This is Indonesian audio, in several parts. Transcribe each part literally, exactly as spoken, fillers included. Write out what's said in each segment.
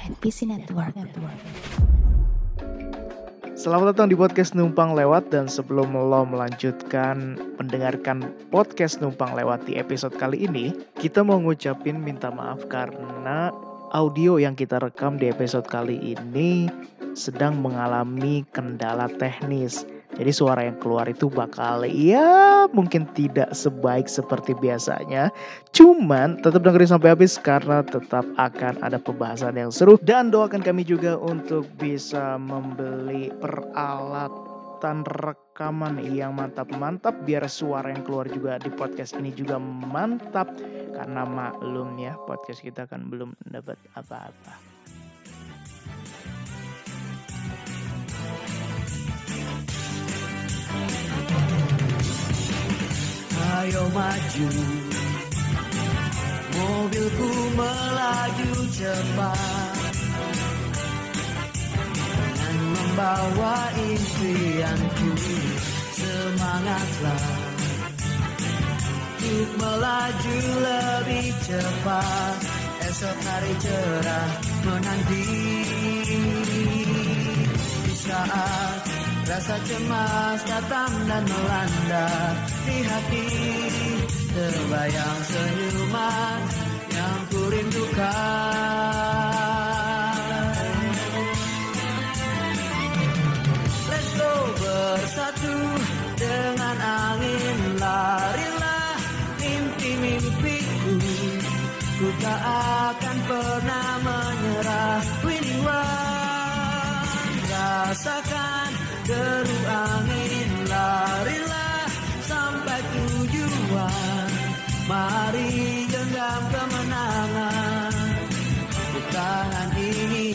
N P C Network. Network. Selamat datang di podcast Numpang Lewat, dan sebelum lo melanjutkan mendengarkan podcast Numpang Lewat di episode kali ini, kita mau ngucapin minta maaf karena audio yang kita rekam di episode kali ini sedang mengalami kendala teknis. Jadi suara yang keluar itu bakal ya mungkin tidak sebaik seperti biasanya. Cuman tetap dengerin sampai habis karena tetap akan ada pembahasan yang seru. Dan doakan kami juga untuk bisa membeli peralatan rekaman yang mantap-mantap biar suara yang keluar juga di podcast ini juga mantap. Karena maklum ya, podcast kita kan belum dapat apa-apa. Ayo maju, mobilku melaju cepat dengan membawa impianku. Semangatlah untuk melaju lebih cepat, esok hari cerah menanti. Di saat rasa cemas datang dan melanda di hati, terbayang senyuman yang ku rindukan. Let's go bersatu dengan angin, larilah mimpi-mimpiku. Ku tak akan pernah menyerah. Winning one, rasakan deru angin, larilah sampai tujuan. Mari genggam kemenangan di tangan ini.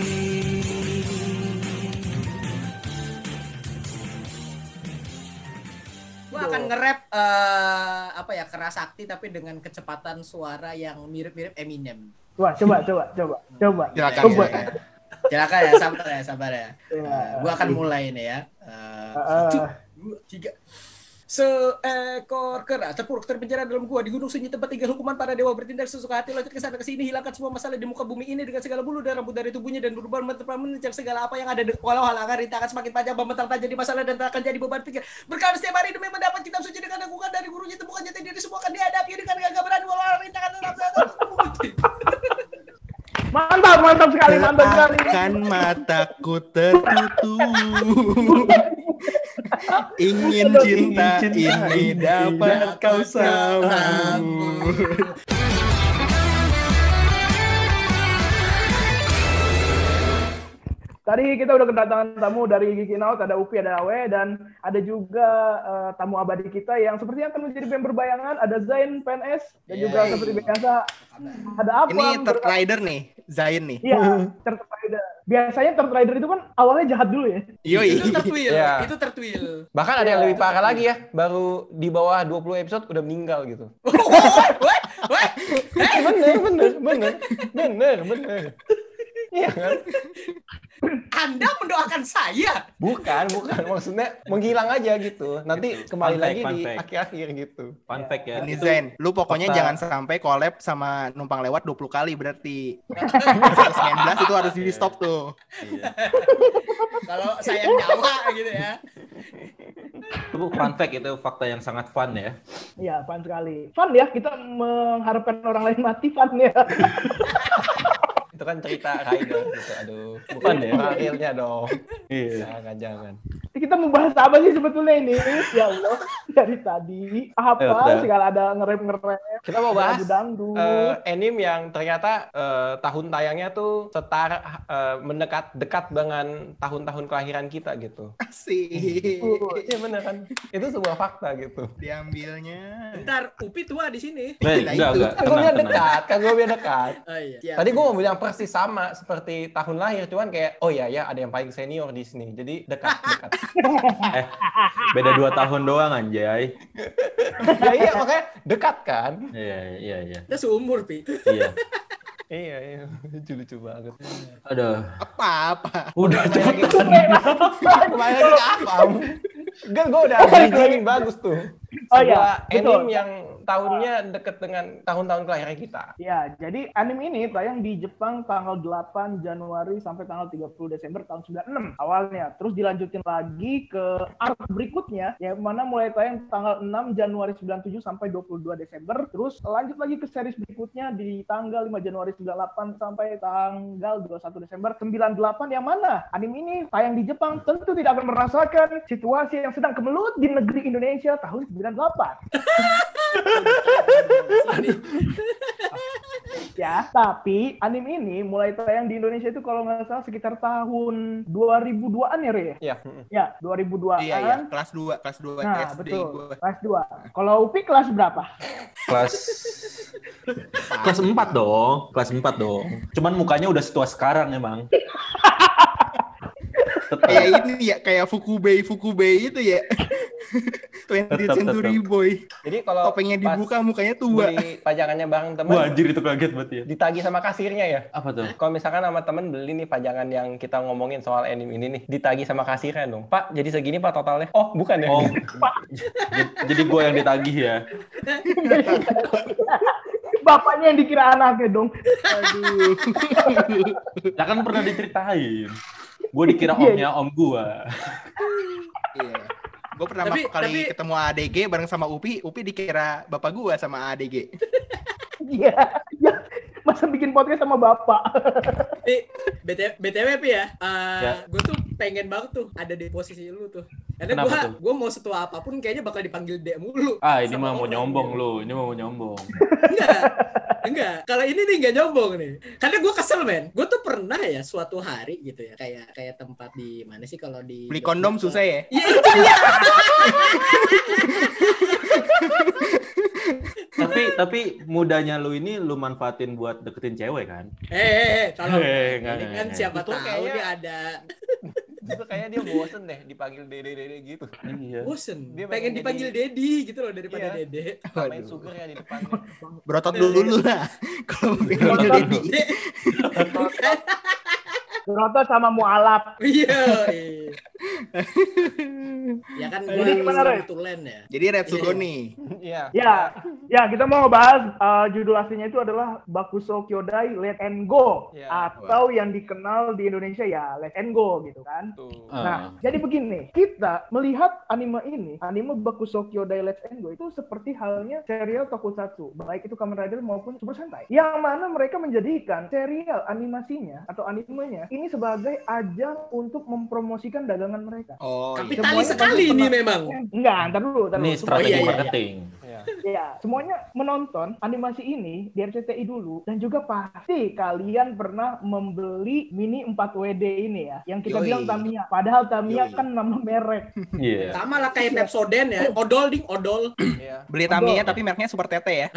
Gue akan nge-rap uh, apa ya, keras sakti tapi dengan kecepatan suara yang mirip-mirip Eminem. Wah, coba coba coba coba. Silakan, coba. silakan. Silakan ya, sabar ya, sabar ya. Uh, gue akan mulai nih ya. Uh, Uh, satu, dua, tiga. Seekor kera terpuruk terpenjara dalam gua di gunung sunyi, tempat tinggal hukuman para dewa. Bertindak sesuka hati, loncat ke sana ke sini, hilangkan semua masalah di muka bumi ini dengan segala bulu dan rambut dari tubuhnya, dan berubah menterpam mengejar segala apa yang ada. Walau halangan rintangan semakin panjang, membentang tak jadi masalah dan tak akan jadi beban pikir. Berkala setiap hari demi mendapat kitab suci dengan lakukan dari gurunya, temukan jati diri semua akan dihadapi dengan gagah berani walau rintangan dalam. Mantap, mantap sekali, mantap sekali. Akan mataku tertutup, ingin cinta ini dapat kau sambut. Tadi kita udah kedatangan tamu dari Geekin Out, ada Upi, ada Awe, dan ada juga uh, tamu abadi kita yang sepertinya akan menjadi member bayangan, ada Zain, P N S, dan juga Yeay. seperti biasa ada apa? Ini third rider nih, Zain nih. Iya, third rider. Biasanya third rider itu kan awalnya jahat dulu ya. Yoi. Itu tertwil, Iya. itu tertwil. Bahkan ada yang lebih parah lagi ya, baru di bawah dua puluh episode udah meninggal gitu. Wah, wah, bener, bener, bener, bener, bener. Iya kan? Anda mendoakan saya? Bukan, bukan. Maksudnya menghilang aja gitu. Nanti kembali Fun lagi fact, fun di fact. akhir-akhir gitu. Fun fact ya. Ini Itu Zain, lu pokoknya fakta. jangan sampai collab sama Numpang Lewat dua puluh kali berarti. sembilan belas itu harus di stop tuh. iya. Kalau sayang nyawa gitu ya. Itu fun fact, itu fakta yang sangat fun ya. Iya, fun sekali. Fun ya, kita mengharapkan orang lain mati, fun ya. Itu kan cerita Rider gitu. Aduh, bukan Fun deh. ya? Realnya dong. Iya. Jangan, jangan. Kita mau bahas apa sih sebetulnya ini? Ya Allah, dari tadi apa Ya, udah. segala ada nge-rap-nge-rap. Kita mau bahas lagu dangdut. eh, anime yang ternyata eh, tahun tayangnya tuh setara eh, mendekat dekat dengan tahun-tahun kelahiran kita gitu. Asik. Iya bener kan? Itu sebuah fakta gitu. Diambilnya. Bentar, Upi tua di sini. Nah, Nah, enggak, itu. enggak. Kan gue Tenang, bilang tenang. dekat, kan gue bilang dekat. Oh iya. Siap, Tadi gue siap. mau bilang persis sama seperti tahun lahir, cuman kayak oh iya ya ada yang paling senior di sini, jadi dekat dekat. Eh, beda dua tahun doang anjay. Ya iya makanya dekat kan? Iya, iya, iya. Kita seumur, Pi. Iya. Iya iya lucu-lucu banget. Aduh. Apa-apa. Udah Kembali lagi, cepet. kembali lagi ke apa? Kan gue udah bridging bagus tuh. Oh iya, Sebuah betul. anime yang tahunnya deket dengan tahun-tahun kelahiran kita. Ya, jadi anime ini tayang di Jepang tanggal delapan Januari sampai tanggal tiga puluh Desember tahun sembilan puluh enam awalnya. Terus dilanjutin lagi ke arc berikutnya, yang mana mulai tayang tanggal enam Januari sembilan puluh tujuh sampai dua puluh dua Desember. Terus lanjut lagi ke series berikutnya di tanggal lima Januari sembilan puluh delapan sampai tanggal dua puluh satu Desember sembilan puluh delapan, yang mana anime ini tayang di Jepang tentu tidak akan merasakan situasi yang sedang kemelut di negeri Indonesia tahun sembilan puluh delapan. Ya, tapi anime ini mulai tayang di Indonesia itu kalau nggak salah sekitar tahun dua ribu dua-an ya, Re? Iya. Ya, dua ribu dua-an. Iya, iya, kelas dua, kelas dua Nah, S D betul. gua. Kelas dua. Kalau Upi kelas berapa? Kelas kelas empat dong, kelas empat dong. Cuman mukanya udah setua sekarang emang. Kayak ini ya, kayak Fukubei, Fukubei itu ya. twentieth Tetap, Century tetap. Boy. Jadi kalau Topengnya pas dibuka, mukanya tua. beli pajangannya bareng temen, Wah, anjir itu kaget banget ya. ditagih sama kasirnya ya. Apa tuh? Kalau misalkan sama temen beli nih pajangan yang kita ngomongin soal anime ini nih, ditagih sama kasirnya dong. Pak, jadi segini Pak totalnya. Oh, bukan ya? Oh, jadi gue yang ditagih ya. Bapaknya yang dikira anaknya dong. Aduh. Ya kan pernah diceritain. Gue dikira Iya, omnya om gue. Iya. Gue pernah Tapi- kali tapi- ketemu A D G bareng sama Upi. Upi dikira bapak gua sama A D G. Iya. Ya, masa bikin podcast sama bapak. Eh, B T W Pi ya, uh, Ya. gue tuh pengen banget tuh ada di posisi lu tuh. Karena Kenapa gue tuh? gue mau setua apapun kayaknya bakal dipanggil D mulu. Ah, ini Sama mah mau orang nyombong gitu. lu. Ini mah mau nyombong. Enggak, enggak. Kalau ini nih enggak nyombong nih. Karena gue kesel men. Gue tuh pernah ya suatu hari gitu ya, kayak kayak tempat di mana sih kalau di Beli kondom susah ya? Iya itu dia. tapi tapi mudanya lu ini lu manfaatin buat deketin cewek kan? Eh, eh, eh, tolong. Eh, enggak, Ini enggak, kan enggak. siapa Itu tahu kayaknya- nih ada Itu kayaknya dia bosen deh dipanggil Dede Dede gitu. Iya. bosen. Dia Pengen pengen dipanggil jadi- Dedi gitu loh daripada Iya. Dede. Main Waduh. sugar ya di depannya. Berotot dulu lah. Kalau mau panggil Berotot. Dedi. Berotot sama mualaf. Iya. iya. Ya kan gue Jadi gimana, Re? tulen ya. Jadi Red Sugoni. Iya. Ya, ya kita mau ngebahas uh, judul aslinya itu adalah Bakuso Kyodai Let and Go, Ya. atau yang dikenal di Indonesia ya Let and Go gitu kan. Tuh. Nah, Ah. jadi begini, kita melihat anime ini, anime Bakuso Kyodai Let and Go itu seperti halnya serial tokusatsu, baik itu Kamen Rider maupun Super Sentai, yang mana mereka menjadikan serial animasinya atau animenya ini sebagai ajang untuk mempromosikan dagangan mereka. Oh, iya. Kapitalis Semuanya sekali pasti ini pernah- memang. Enggak, ntar dulu, ntar Ini dulu. strategi iya, iya. marketing. Iya. Ya, semuanya menonton animasi ini di R C T I dulu, dan juga pasti kalian pernah membeli mini empat W D ini ya, yang kita Yoi. bilang Tamiya. Padahal Tamiya Yoi. kan nama merek. Iya. Sama lah kayak Pepsodent ya. Odol ding, odol. Iya. Beli Tamiya tapi mereknya Super Tete ya.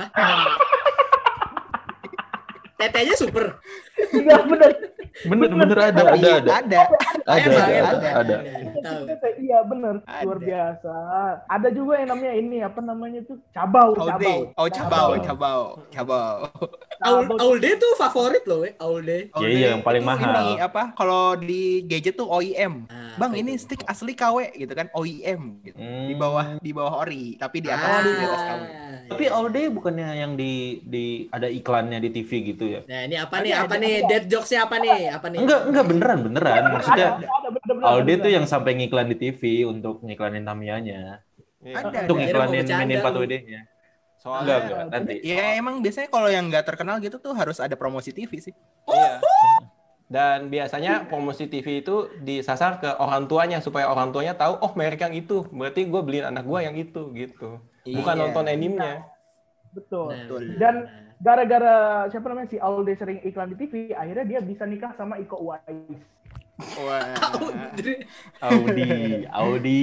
Tetenya super. Enggak bener. Bener bener ada ada Iya, ada. ada. Ada Emang, ada emang. ada. ada. Tahu. Iya bener, Ada. luar biasa. Ada juga yang namanya ini apa namanya tuh cabau, cabau. Aude. Oh, cabau, cabau, cabau. Aul Cabau. Aulde tuh favorit loh, we. Aulde. Iya, iya, yang paling Itu mahal. Ini apa? Kalau di gadget tuh O E M. Ah, Bang, apa ini itu? stick asli K W gitu kan, O E M gitu. Di Hmm. bawah di bawah ori, tapi di atas Ah, di atas K W. Tapi Aude bukannya yang di di ada iklannya di T V gitu ya? Nah, ini apa nih? Ada, Apa ada, nih? ada. Dead jokes-nya apa nih? Apa nih? Enggak enggak beneran beneran. Maksudnya Ada, ada, bener-bener. Aude bener. tuh yang sampai ngiklan di T V untuk ngiklanin Tamiyanya. Iya. Ada, Untuk ada. ngiklanin Kira mau mini bercanda empat lu. W D-nya. Enggak Soalnya enggak nanti. Ya emang biasanya kalau yang nggak terkenal gitu tuh harus ada promosi T V sih. Iya. Dan biasanya promosi T V itu disasar ke orang tuanya supaya orang tuanya tahu, oh merek yang itu, berarti gue beliin anak gue yang itu gitu. Bukan Iya. nonton animenya. Betul. Nah, Betul. Dan gara-gara siapa namanya si Aude sering iklan di T V, akhirnya dia bisa nikah sama Iko Uwais. Wah. Jadi, Audi, Audi.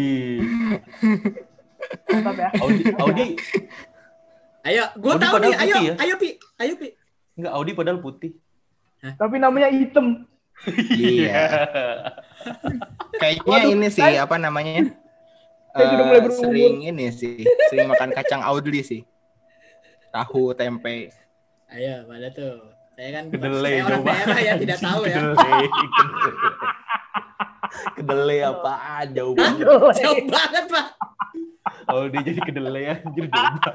Mantap ya. Audi, Audi. ayo, gue Audi tahu padahal nih. Ayo, putih ya? ayo Pi, ayo Pi. Enggak, Audi padahal putih. Tapi namanya hitam. Iya. Kayaknya Waduh, ini sih saya- apa namanya? Saya sudah Eh, mulai berumur. sering ini sih, sering makan kacang Audli sih. Tahu, tempe. Ayo, mana tuh? Saya kan Kedelai saya orang coba. daerah ya, tidak tahu ya. Kedelai. Kedelai apaan jauh banget. Jauh banget, Pak. Oh, dia jadi kedelai anjir domba.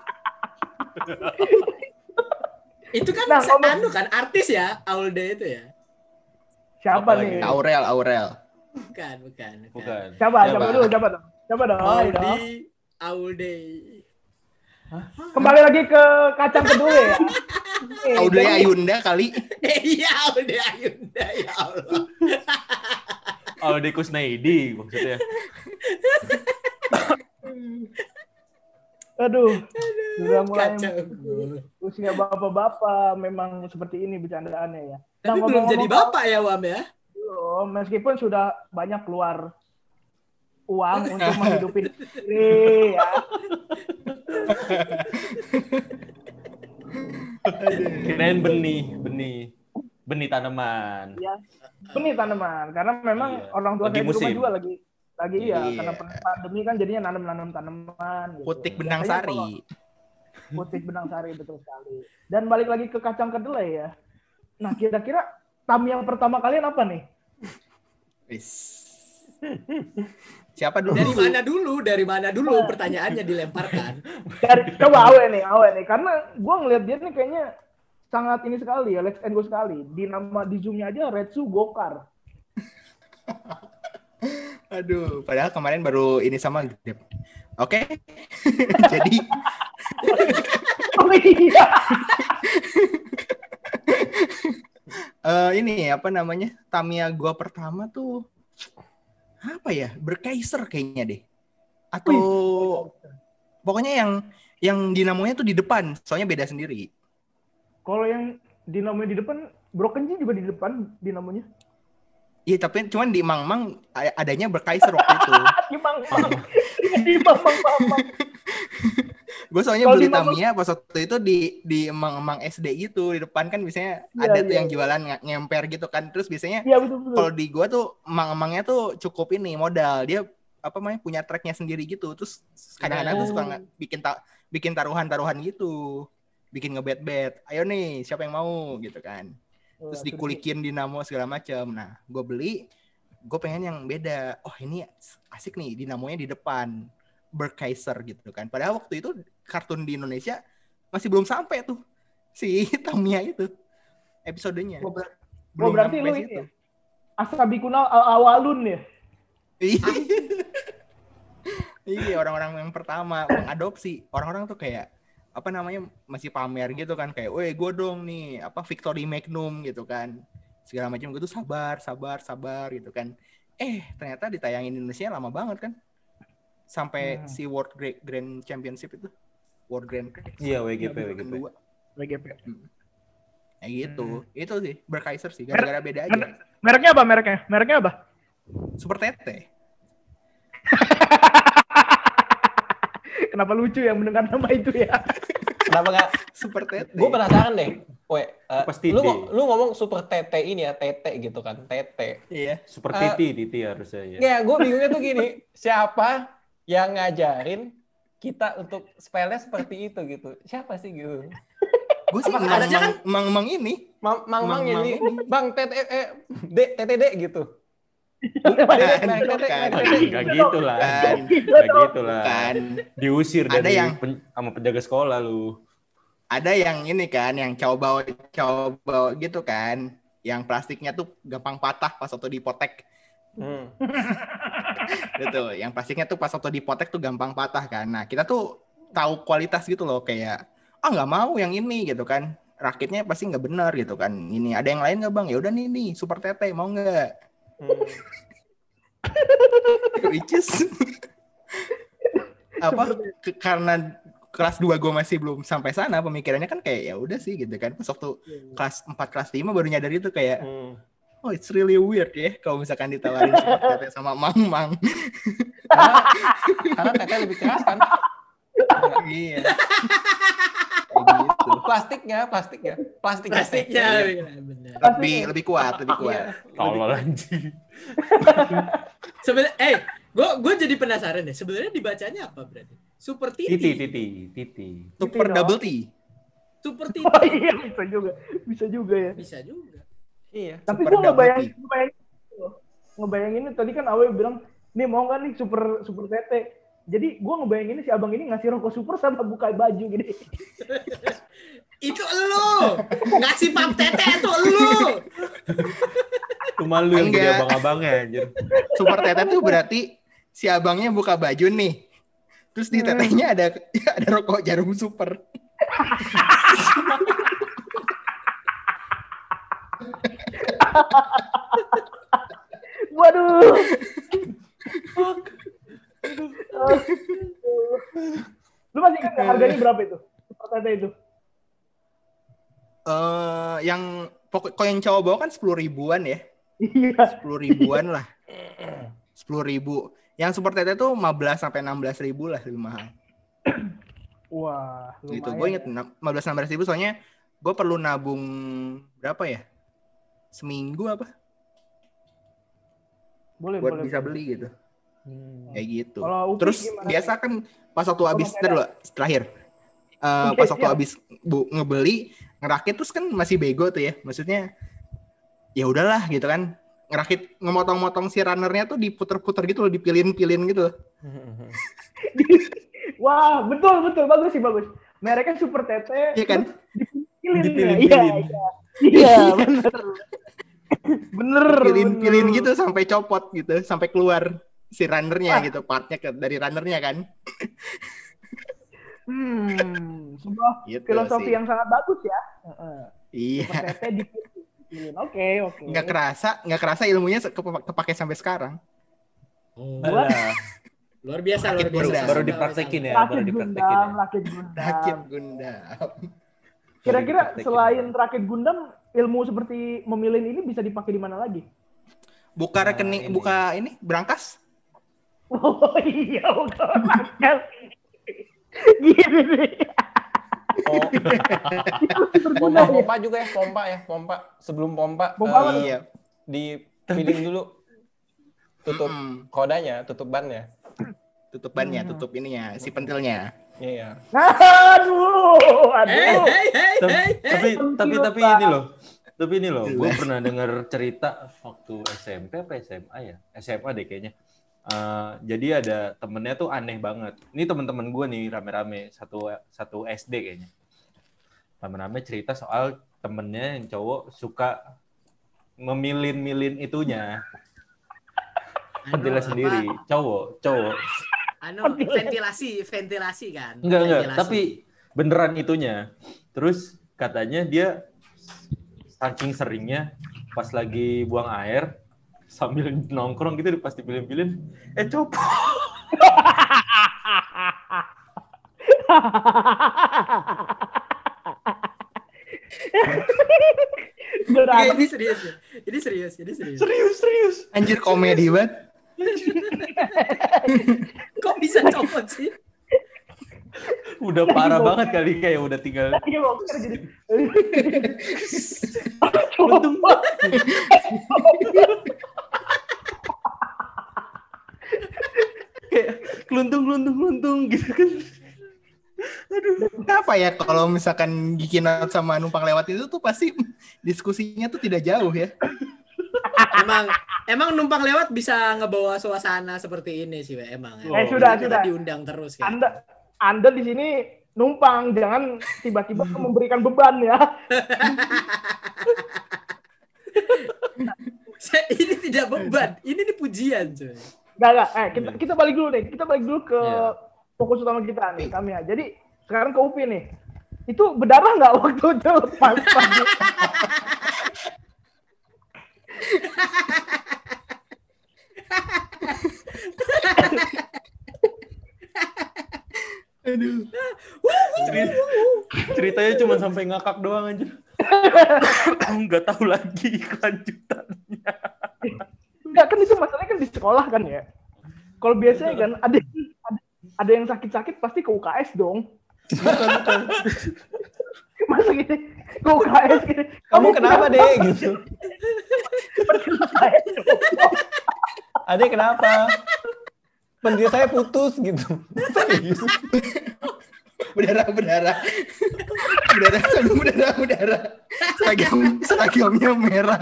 Itu kan Nah, se- kalau- anu kan artis ya, Aulde itu ya. Siapa Apa nih? lagi? Aurel, Aurel. Bukan, bukan, bukan. Bukan. Siapa? Siapa? Siapa dulu? Siapa dong? Siapa dong? Ayo dong. Audi, Aulde. Kembali lagi ke kacang kedua ya. Eh, Aude jadi- Ayunda kali. Iya, Aulde Ayunda ya Allah. Oh, di Kusnaidi maksudnya. Aduh, sudah mulai Kacau. usia bapak-bapak memang seperti ini bercandaannya ya. Tapi Nah, belum jadi ngomong-ngomong, bapak ya, Wam ya. belum, meskipun sudah banyak keluar uang untuk menghidupi diri ya. Kirain benih, benih. Benih tanaman. Ya, benih tanaman karena memang Iya. orang tua Lagi saya di rumah musim. juga lagi lagi iya, Iya. karena pandemi kan jadinya nanam-nanam tanaman gitu. Putik benang Biasanya sari. kalau- Putik benang sari betul sekali. Dan balik lagi ke kacang kedelai ya. Nah, kira-kira tamu yang pertama kalian apa nih? Wis. Siapa dulu? Dari mana dulu? Dari mana dulu pertanyaannya dilemparkan? Dari coba Awe nih, Awe nih karena gua ngeliat dia nih kayaknya sangat ini sekali ya, let's and go sekali. Di nama di Zoom-nya aja Retsu Gokar. Aduh, padahal kemarin baru ini sama Dep. Oke. Jadi Oh iya. eh ini apa namanya? Tamiya gua pertama tuh apa ya? Berkaiser kayaknya deh. Atau pokoknya yang yang dinamonya tuh di depan, soalnya beda sendiri. Kalau yang dinamonya di depan, Broken Jin juga di depan dinamonya. Iya, tapi cuman di Mang-Mang a- adanya Berkaiser waktu itu. Di Mang Mang. Di Mang Mang Mang Mang. Gue soalnya Kalau beli di Mang-Mang- Tamiya pas waktu itu di di Mang-Mang S D gitu, di depan kan biasanya Iya, ada tuh iya, yang iya. jualan nge- ngemper gitu kan. Terus biasanya Iya betul betul. kalau di gua tuh Mang-Mangnya tuh cukup ini modal. Dia apa namanya punya tracknya sendiri gitu. Terus kadang-kadang tuh suka Oh. nge- bikin ta- bikin taruhan-taruhan gitu. Bikin ngebet-bet. Ayo nih, siapa yang mau gitu kan. Terus Wah, dikulikin dinamo segala macam. Nah, gue beli, gue pengen yang beda. Oh ini asik nih, dinamonya di depan, Berkaiser gitu kan. Padahal waktu itu kartun di Indonesia masih belum sampai tuh si Tamiya itu episodenya. Oh, ber- Belum oh, berarti sampai lu situ. ini ya? Asabi Kunal Al- Awalun ya? Iya. Iya, orang-orang yang pertama mengadopsi. Orang-orang tuh kayak apa namanya masih pamer gitu kan, kayak, "Weh, gue dong nih apa Victory Magnum gitu kan." Segala macam. Gue tuh sabar, sabar, sabar gitu kan. Eh, ternyata ditayangin di Indonesia lama banget kan. Sampai Hmm. si World Gra- Grand Championship itu. World Grand Prix. Iya, W G P, Yang W G P. kedua. W G P. Kayak gitu. Hmm. Itu sih, Berkaiser sih. Gara-gara beda aja. Mer- Mereknya apa mereknya? Mereknya apa? Super Tete. Kenapa lucu ya mendengar nama itu ya? Kenapa nggak? Super Tete. Gue penasaran deh. Weh, eh, Pasti lu, Titi. lu ngomong super tete ini ya, tete gitu kan, tete. Iya. Super Eh, Titi, Titi harusnya ya. Ya, gue bingungnya tuh gini, siapa yang ngajarin kita untuk spellnya seperti itu gitu? Siapa sih gitu? Gue sih Apakah ada mang, mang, mang ini. Mang Mang Mang Mang- jadi Mang. Bang tete eh D T T D gitu. Bukan, Merek tete, bukan. merek Gak tete. gitu lah. Bukan. Gak gitu lah. Bukan. Diusir Ada dari yang- pen- sama penjaga sekolah lu. Ada yang ini kan, yang coba coba gitu kan, yang plastiknya tuh gampang patah pas waktu dipotek. Hmm. Gitu. Yang plastiknya tuh pas waktu dipotek tuh gampang patah kan. Nah, kita tuh tahu kualitas gitu loh, kayak ah nggak mau yang ini gitu kan. Rakitnya pasti nggak benar gitu kan. Ini ada yang lain nggak bang? Ya udah nih nih Super Tete mau nggak? Hmm. Which is apa ke- karena kelas dua gue masih belum sampai sana, pemikirannya kan kayak ya udah sih gitu kan. Pas waktu kelas empat kelas lima baru nyadar itu kayak Hmm. oh it's really weird ya kalau misalkan ditawarin Super Tete sama Mang Mang. Karena, karena tete lebih keras kan. Iya. Kayak gitu. Plastiknya, plastiknya, plastiknya. Plastiknya. Iya. Benar. Lebih lebih kuat, lebih kuat. Iya. Tolol anjing. Sebenarnya, eh, gue gue jadi penasaran deh. Sebenarnya dibacanya apa berarti? Super Titi, Titi. Titi, Titi. Super dong. double T. Super Titi. Oh iya bisa juga, bisa juga ya. Bisa juga. Iya. Tapi Super gue ngebayangin, double ngebayangin, ngebayangin tadi kan Awe bilang, nih mau nggak nih super super tete? Jadi gue ngebayangin si abang ini ngasih rokok super sama buka baju gini. Itu elu. Ngasih pap tete itu elu. Cuma lu yang jadi Enggak. abang-abangnya anjir. Super tete tuh berarti si abangnya buka baju nih. Terus di tetenya ada ada rokok jarum super. Waduh. Lu masih ingat nggak harganya berapa itu? Super tete itu. Eh yang pokok kalau yang cowok bawa kan sepuluh ribuan ya. Iya. Sepuluh ribuan lah. Sepuluh ribu. Yang super tete tuh lima belas sampai enam belas ribu lah lebih mahal. Wah, Gitu. lumayan Gue inget ya. lima belas enam belas ribu soalnya gue perlu nabung berapa ya? Seminggu apa? Boleh, Buat boleh. bisa beli gitu. Hmm. Kayak gitu. Kalau Upi Terus gimana biasa nih? kan pas waktu habis masih terakhir, terakhir. Eh, Oke, pas waktu siap. habis bu, ngebeli ngerakit terus kan masih bego tuh ya. Maksudnya ya udahlah gitu kan. Ngerakit ngemotong-motong si runnernya tuh diputer-puter gitu loh, dipilin-pilin gitu. Wah, betul betul bagus sih bagus. Mereknya super tete. Iya kan? Dipilin. Dipilin-pilin. Iya, iya. Iya, bener. Bener. Pilin-pilin bener. gitu sampai copot gitu, sampai keluar si runnernya gitu, partnya ke, dari runnernya kan. Hmm, sebuah Gitu filosofi sih. yang sangat bagus ya. Heeh. Iya. Super tete dipilin. Oke, oke. Nggak kerasa, nggak kerasa ilmunya se- kepa- kepake sampai sekarang. Alah. Luar biasa, Rakit luar biasa. Gundam. Baru dipraktekin ya, baru Rakit dipraktekin Gundam, ya. rakit Gundam. Rakit Gundam. Kira-kira dipraktekin. selain rakit Gundam, ilmu seperti memilih ini bisa dipakai di mana lagi? Buka Nah, rekening, ini. buka ini berangkas. Oh iya, udah makan. Gini nih. Oh. Pompa-pompa juga ya, pompa ya, pompa. Sebelum pompa, Pompa apa eh, tuh? Iya. dipilin dulu. Tutup Mm-mm. kodanya, tutup bannya. Tutup bannya, Hmm. tutup ininya, si pentilnya. Iya. Aduh, Hei, aduh. hei, hei, Tapi hei. tapi tapi tapi ini loh. Tapi ini loh, gue Jelas. pernah dengar cerita waktu S M P apa S M A ya? S M A deh kayaknya. Eh, jadi ada temennya tuh aneh banget. Ini teman-teman gue nih rame-rame satu satu S D kayaknya. Rame-rame cerita soal temennya yang cowok suka memilin-milin itunya. Pentilnya Anu, sendiri, apa? cowok, cowok. Anu, ventilasi, ventilasi kan. Enggak, enggak, Ventilasi. tapi beneran itunya. Terus katanya dia saking seringnya pas lagi buang air sambil nongkrong gitu pas dipilin-pilin, eh copot. Oke, Berarti ini serius ya. Ini serius, ini serius. Serius, serius. Anjir komedi banget. Kok bisa copot sih? Udah parah banget kali kayak udah tinggal lagi mau jadi. untung. Kayak keluntung, keluntung, keluntung gitu kan. Kenapa ya kalau misalkan Gikinot sama numpang lewat itu tuh pasti diskusinya tuh tidak jauh ya. Emang emang numpang lewat bisa ngebawa suasana seperti ini sih, Be. Emang. Eh, sudah, Kita sudah. diundang terus kan. Anda Anda di sini numpang, jangan tiba-tiba memberikan beban ya. Saya- ini tidak beban, ini nih pujian, coy. Enggak, enggak. Eh, kita kita balik dulu deh. Kita balik dulu ke Iya. fokus utama kita nih, kami ya. Jadi sekarang ke Upi nih. Itu berdarah nggak waktu itu pas pagi? Aduh. Cerita- ceritanya cuma sampai ngakak doang aja. Nggak tahu lagi kelanjutannya. Enggak, kan itu masalahnya kan di sekolah kan ya. Kalau biasanya kan ada ada, ada yang sakit-sakit pasti ke U K S dong. Masa gitu ke U K S gitu. Kamu kenapa, Dek? Gitu. Pergi ke U K S dong. Adek kenapa? Pentil saya putus gitu. Berdarah, berdarah. Berdarah, sambil berdarah, berdarah. Seragam, seragamnya merah.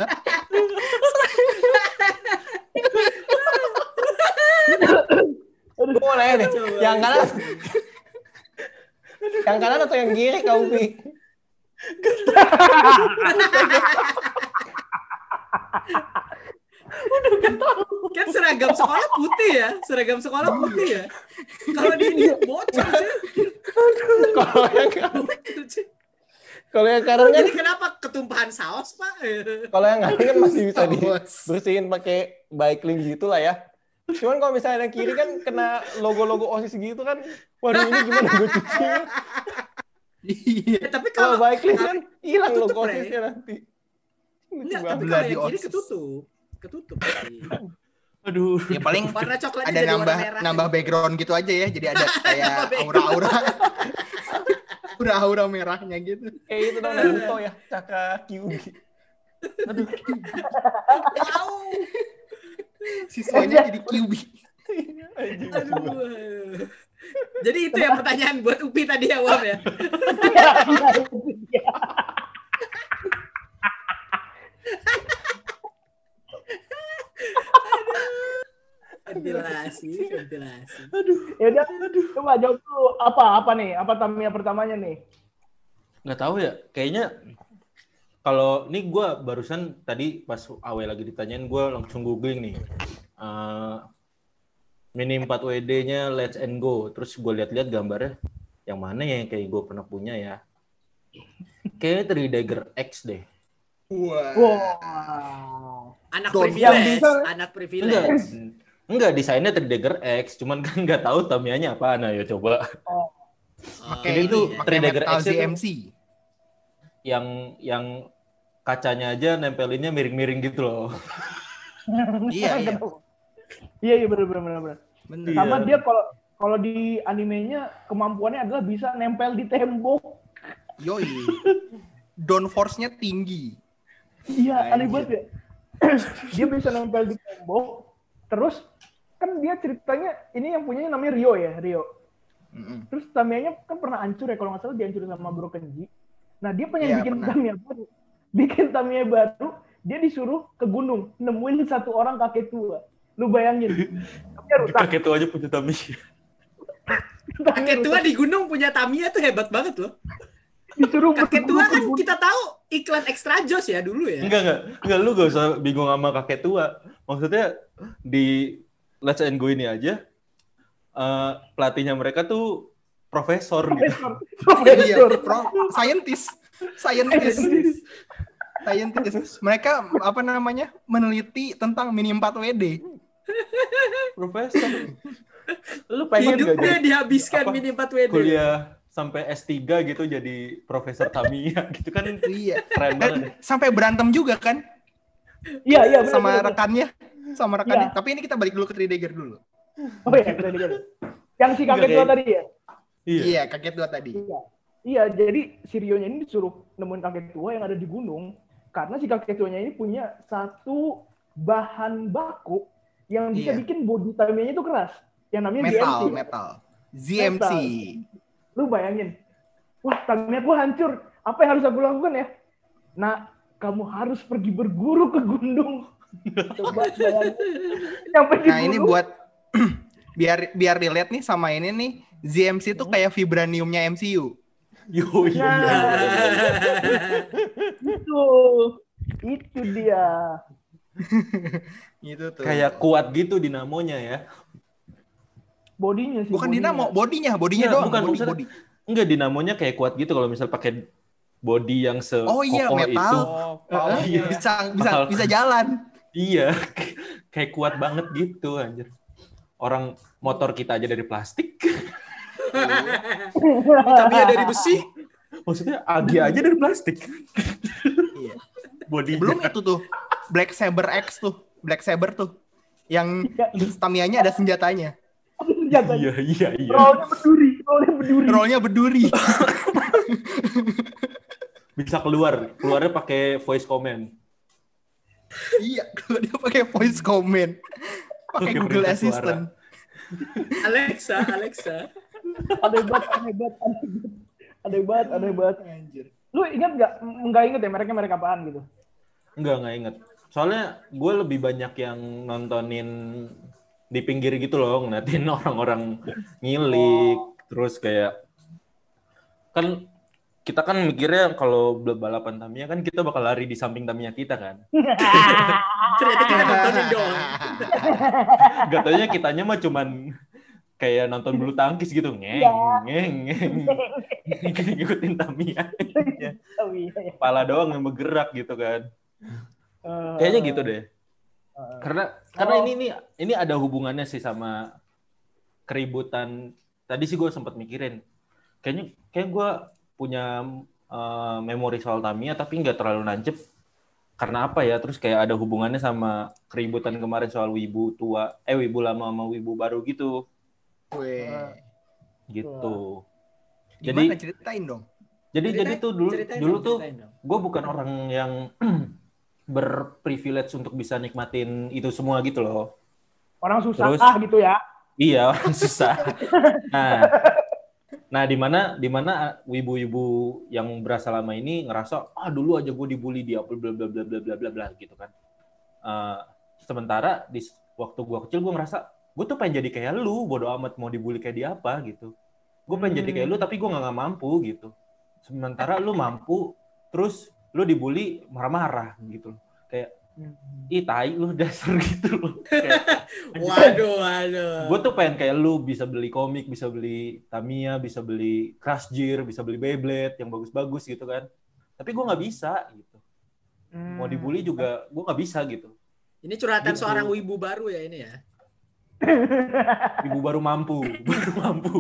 boleh nih. Yang kanan. Yang kanan atau yang kiri Kak Upi? Udah kan kan seragam sekolah putih ya, seragam sekolah putih ya. Kalau di ini bocor cuy. Kalau yang kanan, kalau yang kanan kan, Jadi kenapa ketumpahan saus pak? kalau yang kanan kan masih bisa dibersihin pakai bike link gitu lah ya. Cuman kalau misalnya yang kiri kan kena logo-logo OSIS gitu kan, waduh ini gimana gue cucinya? Iya. Tapi Kalau kalau bike link kan hilang ketutup, logo Bre. OSISnya nanti. enggak, Lucu tapi banget. kalau Bloody yang kiri OSIS. ketutup, ketutup. pasti. Aduh. Ya paling Warna coklatnya ada jadi nambah warna merah. nambah background gitu aja ya. Jadi ada kayak aura-aura aura-aura merahnya gitu. Kayak itu dong Naruto ya, Caka Kyuubi. Wow. Siswanya jadi Kyuubi. Aduh. Jadi itu ya pertanyaan buat Upi tadi ya, Wam ya. Ventilasi, ventilasi. Ya udah, coba jawab dulu. Apa apa nih? Apa Tamiya pertamanya nih? Nggak tahu ya, kayaknya kalau ini gue barusan tadi pas Awe lagi ditanyain, gue langsung googling nih. Uh, Mini empat W D-nya Let's and Go. Terus gue lihat-lihat gambarnya, yang mana ya yang kayak gue pernah punya ya. Kayaknya tiga Dagger X deh. Wah. Wow. Anak Don privilege, Yang anak Enggak, privilege. enggak desainnya tiga Dagger X, cuman kan nggak tahu Tamiya-nya apaan. Ayo coba. Oh, Pakai itu ini, tiga pakai Dagger metal X itu- Z M C. Yang yang kacanya aja nempelinnya miring-miring gitu loh. Iya, iya. Iya iya benar benar benar. benar. Bener. Sama Iya. dia kalau kalau di animenya kemampuannya adalah bisa nempel di tembok. Yoi. Down force-nya tinggi. Iya, aneh Anjir. banget ya. Dia bisa nempel di tembok. Terus kan dia ceritanya ini yang punyanya namanya Rio ya, Rio. Mm-mm. Terus Tamiya-nya kan pernah hancur ya kalau nggak salah dihancurin sama Broken G. Nah, dia pengen Iya, bikin pernah. Tamiya baru. Bikin Tamiya baru, dia disuruh ke gunung nemuin satu orang kakek tua. Lu bayangin. Tamiya rusak. Kakek tua aja punya Tamiya. Tamiya Kakek tua rusak. di gunung punya Tamiya tuh hebat banget loh. Disuruh Kakek berburu tua ke kan gunung. kita tahu iklan Extra Joss ya dulu ya. Enggak, enggak. Enggak, lu gak usah bingung sama kakek tua. Maksudnya di Let's and Go ini aja, eh, pelatihnya mereka tuh profesor gitu. Iya, pro, scientist. Scientist. Scientist. Mereka apa namanya? Meneliti tentang mini empat W D. Profesor. Lu pengen gak Hidupnya jadi dihabiskan apa, mini empat W D. kuliah sampai S tiga gitu jadi profesor Tamiya gitu kan Iya. keren banget. Dan sampai berantem juga kan Iya, iya benar. sama benar. rekannya, sama rekannya. Iya. Tapi ini kita balik dulu ke Three Dagger dulu. Oh iya, keren keren. Yang si kakek Enggak, tua kayak- tadi ya? Iya. Iya, kakek tua tadi. Iya. Iya, jadi si Rio-nya ini disuruh nemuin kakek tua yang ada di gunung karena si kakek tuanya ini punya satu bahan baku yang bisa Iya. bikin body Tamiya-nya itu keras. Yang namanya Metal, Z M C. metal. Z M C. Lu bayangin. Wah, Tamiya gua hancur. Apa yang harus aku lakukan ya? Nah, kamu harus pergi berguru ke gunung. Coba bayangin. Sampai di Nah, ini gunung, buat biar biar dilihat nih sama ini nih, Z M C tuh kayak vibraniumnya M C U. Yo, iya. Nah. itu. Itu dia. Gitu tuh. Kayak kuat gitu dinamonya ya. Bodinya sih. bukan bodinya. dinamo, bodinya, bodinya Nggak, doang, bukan, body, maksudnya- body. Enggak, dinamonya kayak kuat gitu kalau misal pakai body yang se Oh iya, kokoh metal. itu. Oh, iya. bisa bisa Bakal- bisa jalan. Iya, kayak kuat banget gitu anjir. Orang motor kita aja dari plastik. Tamiya dari besi. Maksudnya Agi aja dari plastik. Iya. Bodinya. Belum itu tuh Black Saber X tuh, Black Saber tuh. Yang Tamiya-nya ada senjatanya. Senjatanya. Iya, iya, iya. Rollnya berduri. Rollnya berduri. Rollnya berduri. Bisa keluar, keluarnya pakai voice command. Iya, kalau dia pakai voice command. Pakai Pakai Google perintah Assistant. Alexa, Alexa. Aneh banget, aneh banget, aneh banget. Aneh banget, aneh banget. Anjir. Lu ingat nggak? Nggak inget ya mereka mereka apaan gitu? Enggak, enggak inget. Soalnya gue lebih banyak yang nontonin di pinggir gitu loh, ngeliatin orang-orang ngilik, terus kayak kan kita kan mikirnya kalau balapan Tamiya kan kita bakal lari di samping Tamiya kita kan. Ternyata kita nontonin doang. Gak taunya kitanya mah cuman kayak nonton bulu tangkis gitu, ngeng, ngeng, ngeng, ngikutin Tamiya. Kepala doang yang bergerak gitu kan. Kayaknya gitu deh. Karena karena ini ini ini ada hubungannya sih sama keributan. Tadi sih gue sempat mikirin. Kayaknya kayak gue punya uh, memori soal Tamiya tapi nggak terlalu nancep. Karena apa ya? Terus kayak ada hubungannya sama keributan kemarin soal wibu tua, eh wibu lama sama wibu baru gitu. Weh. Gitu. Gimana Jadi ceritain dong? Jadi Ceritain, jadi tuh dulu ceritain dulu dong, tuh ceritain dong. gue bukan orang yang berprivilege untuk bisa nikmatin itu semua gitu loh. Orang susah Terus- ah gitu ya. Iya, orang susah. Nah, nah di mana di mana wibu-wibu yang berasa lama ini ngerasa ah dulu aja gue dibully di apa bla bla bla bla bla bla bla gitu kan. Uh, sementara di waktu gue kecil gue ngerasa gue tuh pengen jadi kayak lu, bodo amat mau dibully kayak dia apa gitu. Gue pengen jadi kayak lu tapi gue nggak mampu gitu. Sementara lu mampu, terus lu dibully marah-marah gitu. Kayak ih tai lu dasar gitu loh. Kayak, Waduh, waduh. gue tuh pengen kayak lu bisa beli komik, bisa beli Tamiya, bisa beli Crash Gear, bisa beli Beyblade yang bagus-bagus gitu kan. Tapi gue nggak bisa gitu. Mau dibully juga gue nggak bisa gitu. Ini curhatan Gitu. seorang wibu baru ya ini ya. Ibu baru mampu, baru mampu.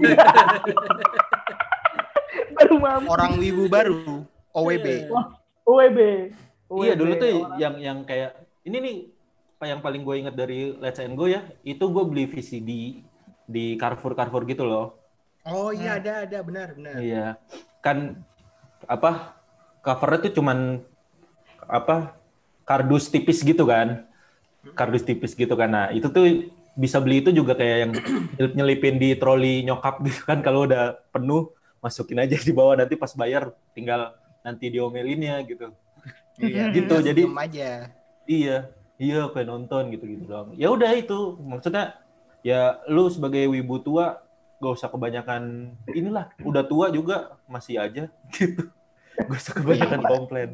Baru mampu. Orang wibu baru, O W B. O W B. Iya dulu tuh yang yang kayak ini nih apa yang paling gue inget dari Let's and Go ya, itu gue beli V C D di Carrefour Carrefour gitu loh. Oh iya ada ada benar benar. Iya, kan apa covernya tuh cuman apa kardus tipis gitu kan, kardus tipis gitu kan. Nah itu tuh bisa beli itu juga kayak yang nyelipin di troli nyokap gitu kan, kalau udah penuh masukin aja di bawah, nanti pas bayar tinggal nanti diomelinnya gitu. Iya, Gitu, tinggal jadi- senyum aja. Iya, iya pengen nonton gitu-gitu doang. Ya udah itu, maksudnya ya lu sebagai wibu tua gak usah kebanyakan inilah, udah tua juga masih aja gitu. Gak usah kebanyakan komplain.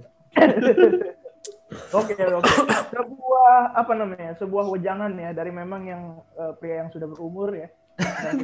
Oke, oke. Sebuah apa namanya? Sebuah wejangan ya dari memang yang eh, pria yang sudah berumur ya. Dan-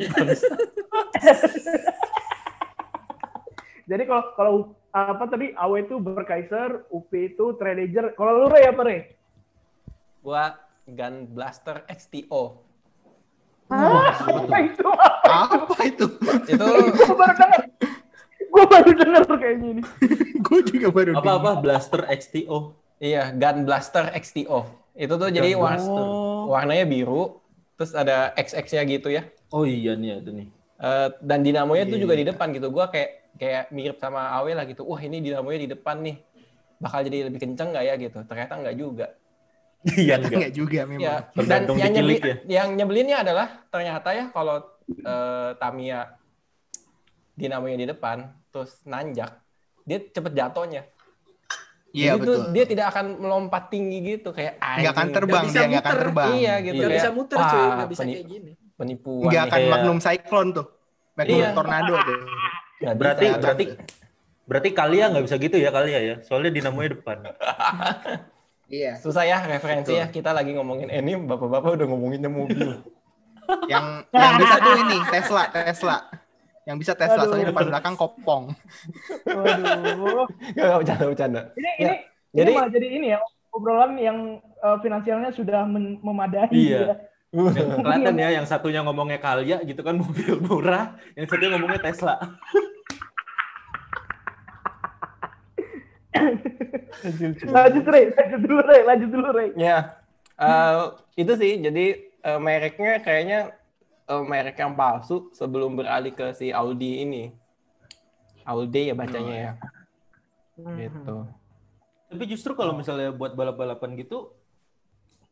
Jadi kalau kalau apa tadi A W itu Berkaiser, U P itu Trailblazer. Kalau lu Ray apa Ray? Gua Gun Blaster X T O. Apa itu? Apa itu? Itu Gue baru denger. Gue baru denger kayaknya ini. Gue juga baru. Apa-apa Blaster X T O. iya Gun Blaster X T O. Itu tuh jadi war- Blaster. warnanya biru, terus ada X X-nya gitu ya. Oh iya nih ada nih. Eh, dan dinamonya tuh Iya, juga di iya. depan gitu. Gua kayak kayak mirip sama A W lah gitu. Wah, ini dinamonya di depan nih. Bakal jadi lebih kenceng nggak ya gitu. Ternyata nggak juga. Iya enggak. Enggak juga memang. Ya, dan Tergantung yang, dikilik nyebelin, ya. yang nyebelinnya adalah ternyata ya kalau eh, Tamiya dinamonya di depan terus nanjak, dia cepet jatuhnya. Iya Jadi tuh betul. dia tidak akan melompat tinggi gitu kayak Nggak akan anjing. terbang, Nggak bisa dia nggak akan muter. terbang. Iya gitu Nggak kayak, bisa muter wah, cuy, nggak bisa peni- kayak gini. penipuan. Nggak nih. akan kayak- Magnum Cyclone tuh. Magnum Iya. Tornado tuh. Nggak Berarti bisa. berarti berarti Kalia nggak bisa gitu ya Kalia ya. Soalnya dinamonya depan. Iya. Susah ya referensi ya. Kita lagi ngomongin eh, ini bapak-bapak udah ngomonginnya mobil. Yang yang bisa tuh ini Tesla, Tesla. Yang bisa Tesla Aduh. soalnya depan belakang kopong. Waduh. Gak, gak bercanda, bercanda. Ini Ya, ini jadi- ini malah jadi ini ya obrolan yang eh, finansialnya sudah men- memadai. Iya. ya. Yang kelihatan ya, yang satunya ngomongnya Kalia gitu kan mobil murah, yang satunya ngomongnya Tesla. Lanjut Ray, lanjut dulu Ray, lanjut dulu Ray. Ya, eh, itu sih. Jadi eh, mereknya kayaknya eh, merek yang palsu sebelum beralih ke si Audi ini. Audi ya bacanya ya. Gitu. Tapi justru kalau misalnya buat balap-balapan gitu,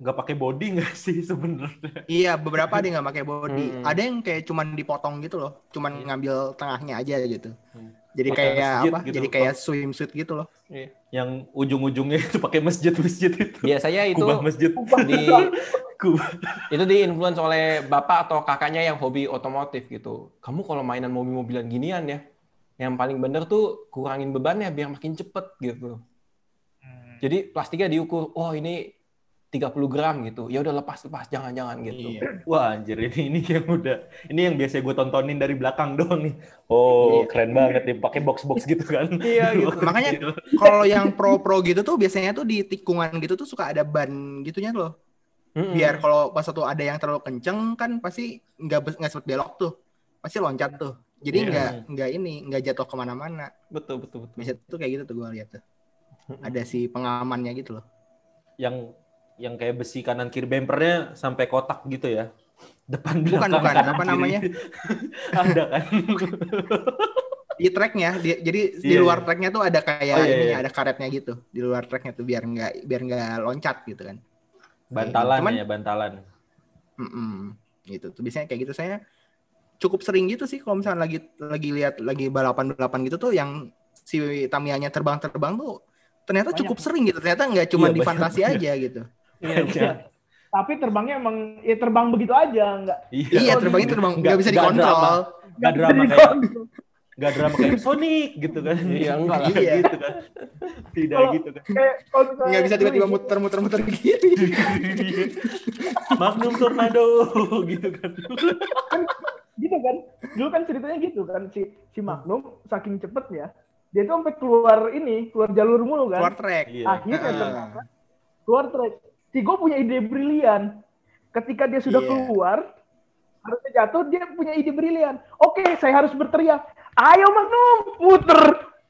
nggak pakai body nggak sih sebenarnya? Iya, beberapa ada yang nggak pakai body. Hmm. Ada yang kayak cuman dipotong gitu loh, cuman ngambil tengahnya aja gitu. Hmm. Jadi Pakai kayak masjid apa? gitu. Jadi kayak swimsuit gitu loh. Iya. Yang ujung-ujungnya itu pakai masjid-masjid itu. Biasanya itu Kubah masjid. di Kubah. itu di-influence oleh bapak atau kakaknya yang hobi otomotif gitu. Kamu kalau mainan mobil-mobilan ginian ya, yang paling bener tuh kurangin bebannya biar makin cepet gitu. Jadi plastiknya diukur, oh ini tiga puluh gram gitu. Ya udah lepas-lepas, jangan-jangan gitu. Iya. Wah anjir ini ini yang udah ini yang biasa gue tontonin dari belakang doang nih. Oh Iya. keren banget nih pakai box-box gitu kan. Iya, gitu. Makanya kalau yang pro-pro gitu tuh biasanya tuh di tikungan gitu tuh suka ada ban gitunya loh. Mm-mm. Biar kalau pas satu ada yang terlalu kenceng kan pasti nggak be- nggak sempet belok tuh. Pasti loncat tuh. Jadi Iya. nggak nggak ini nggak jatuh kemana-mana. Betul, betul, betul. Biasanya tuh kayak gitu tuh gue lihat tuh. Ada si pengamannya gitu loh. Yang yang kayak besi kanan kiri bempernya sampai kotak gitu ya. Depan Bukan belakang bukan kanan, apa kiri. namanya? Ada kan. Di tracknya, di- jadi di Iya, luar iya. tracknya tuh ada kayak Oh, iya, ininya, iya. ada karetnya gitu. Di luar tracknya tuh biar nggak biar nggak loncat gitu kan. Bantalan Cuman- ya bantalan. Mm-mm. Gitu tuh biasanya kayak gitu. Saya cukup sering gitu sih kalau misalnya lagi lagi lihat lagi balapan-balapan gitu tuh yang si Tamiya-nya terbang-terbang tuh ternyata Banyak. cukup sering gitu. Ternyata nggak cuma Iya, di banyak. fantasi aja gitu. Iya. Tapi terbangnya emang ya terbang begitu aja, nggak Iya, terbangnya terbang nggak bisa nggak dikontrol. drama. Nggak drama kayak dikontrol. nggak drama kayak Sonic gitu kan. Iya, enggak lah. Iya. gitu kan. Tidak Kalau- gitu kan. Kayak kalau misalnya Nggak bisa tiba-tiba dulu muter-muter-muter gini. Magnum Tornado gitu kan. gitu kan, dulu kan ceritanya gitu kan, si si Magnum saking cepetnya dia tuh sampai keluar ini, keluar jalur mulu kan. Keluar track. Iya. Akhirnya Heeh. ternyata keluar track. Si Go punya ide brilian. Ketika dia sudah Iya. keluar, harusnya jatuh, dia punya ide brilian. Oke, saya harus berteriak, ayo Magnum, muter.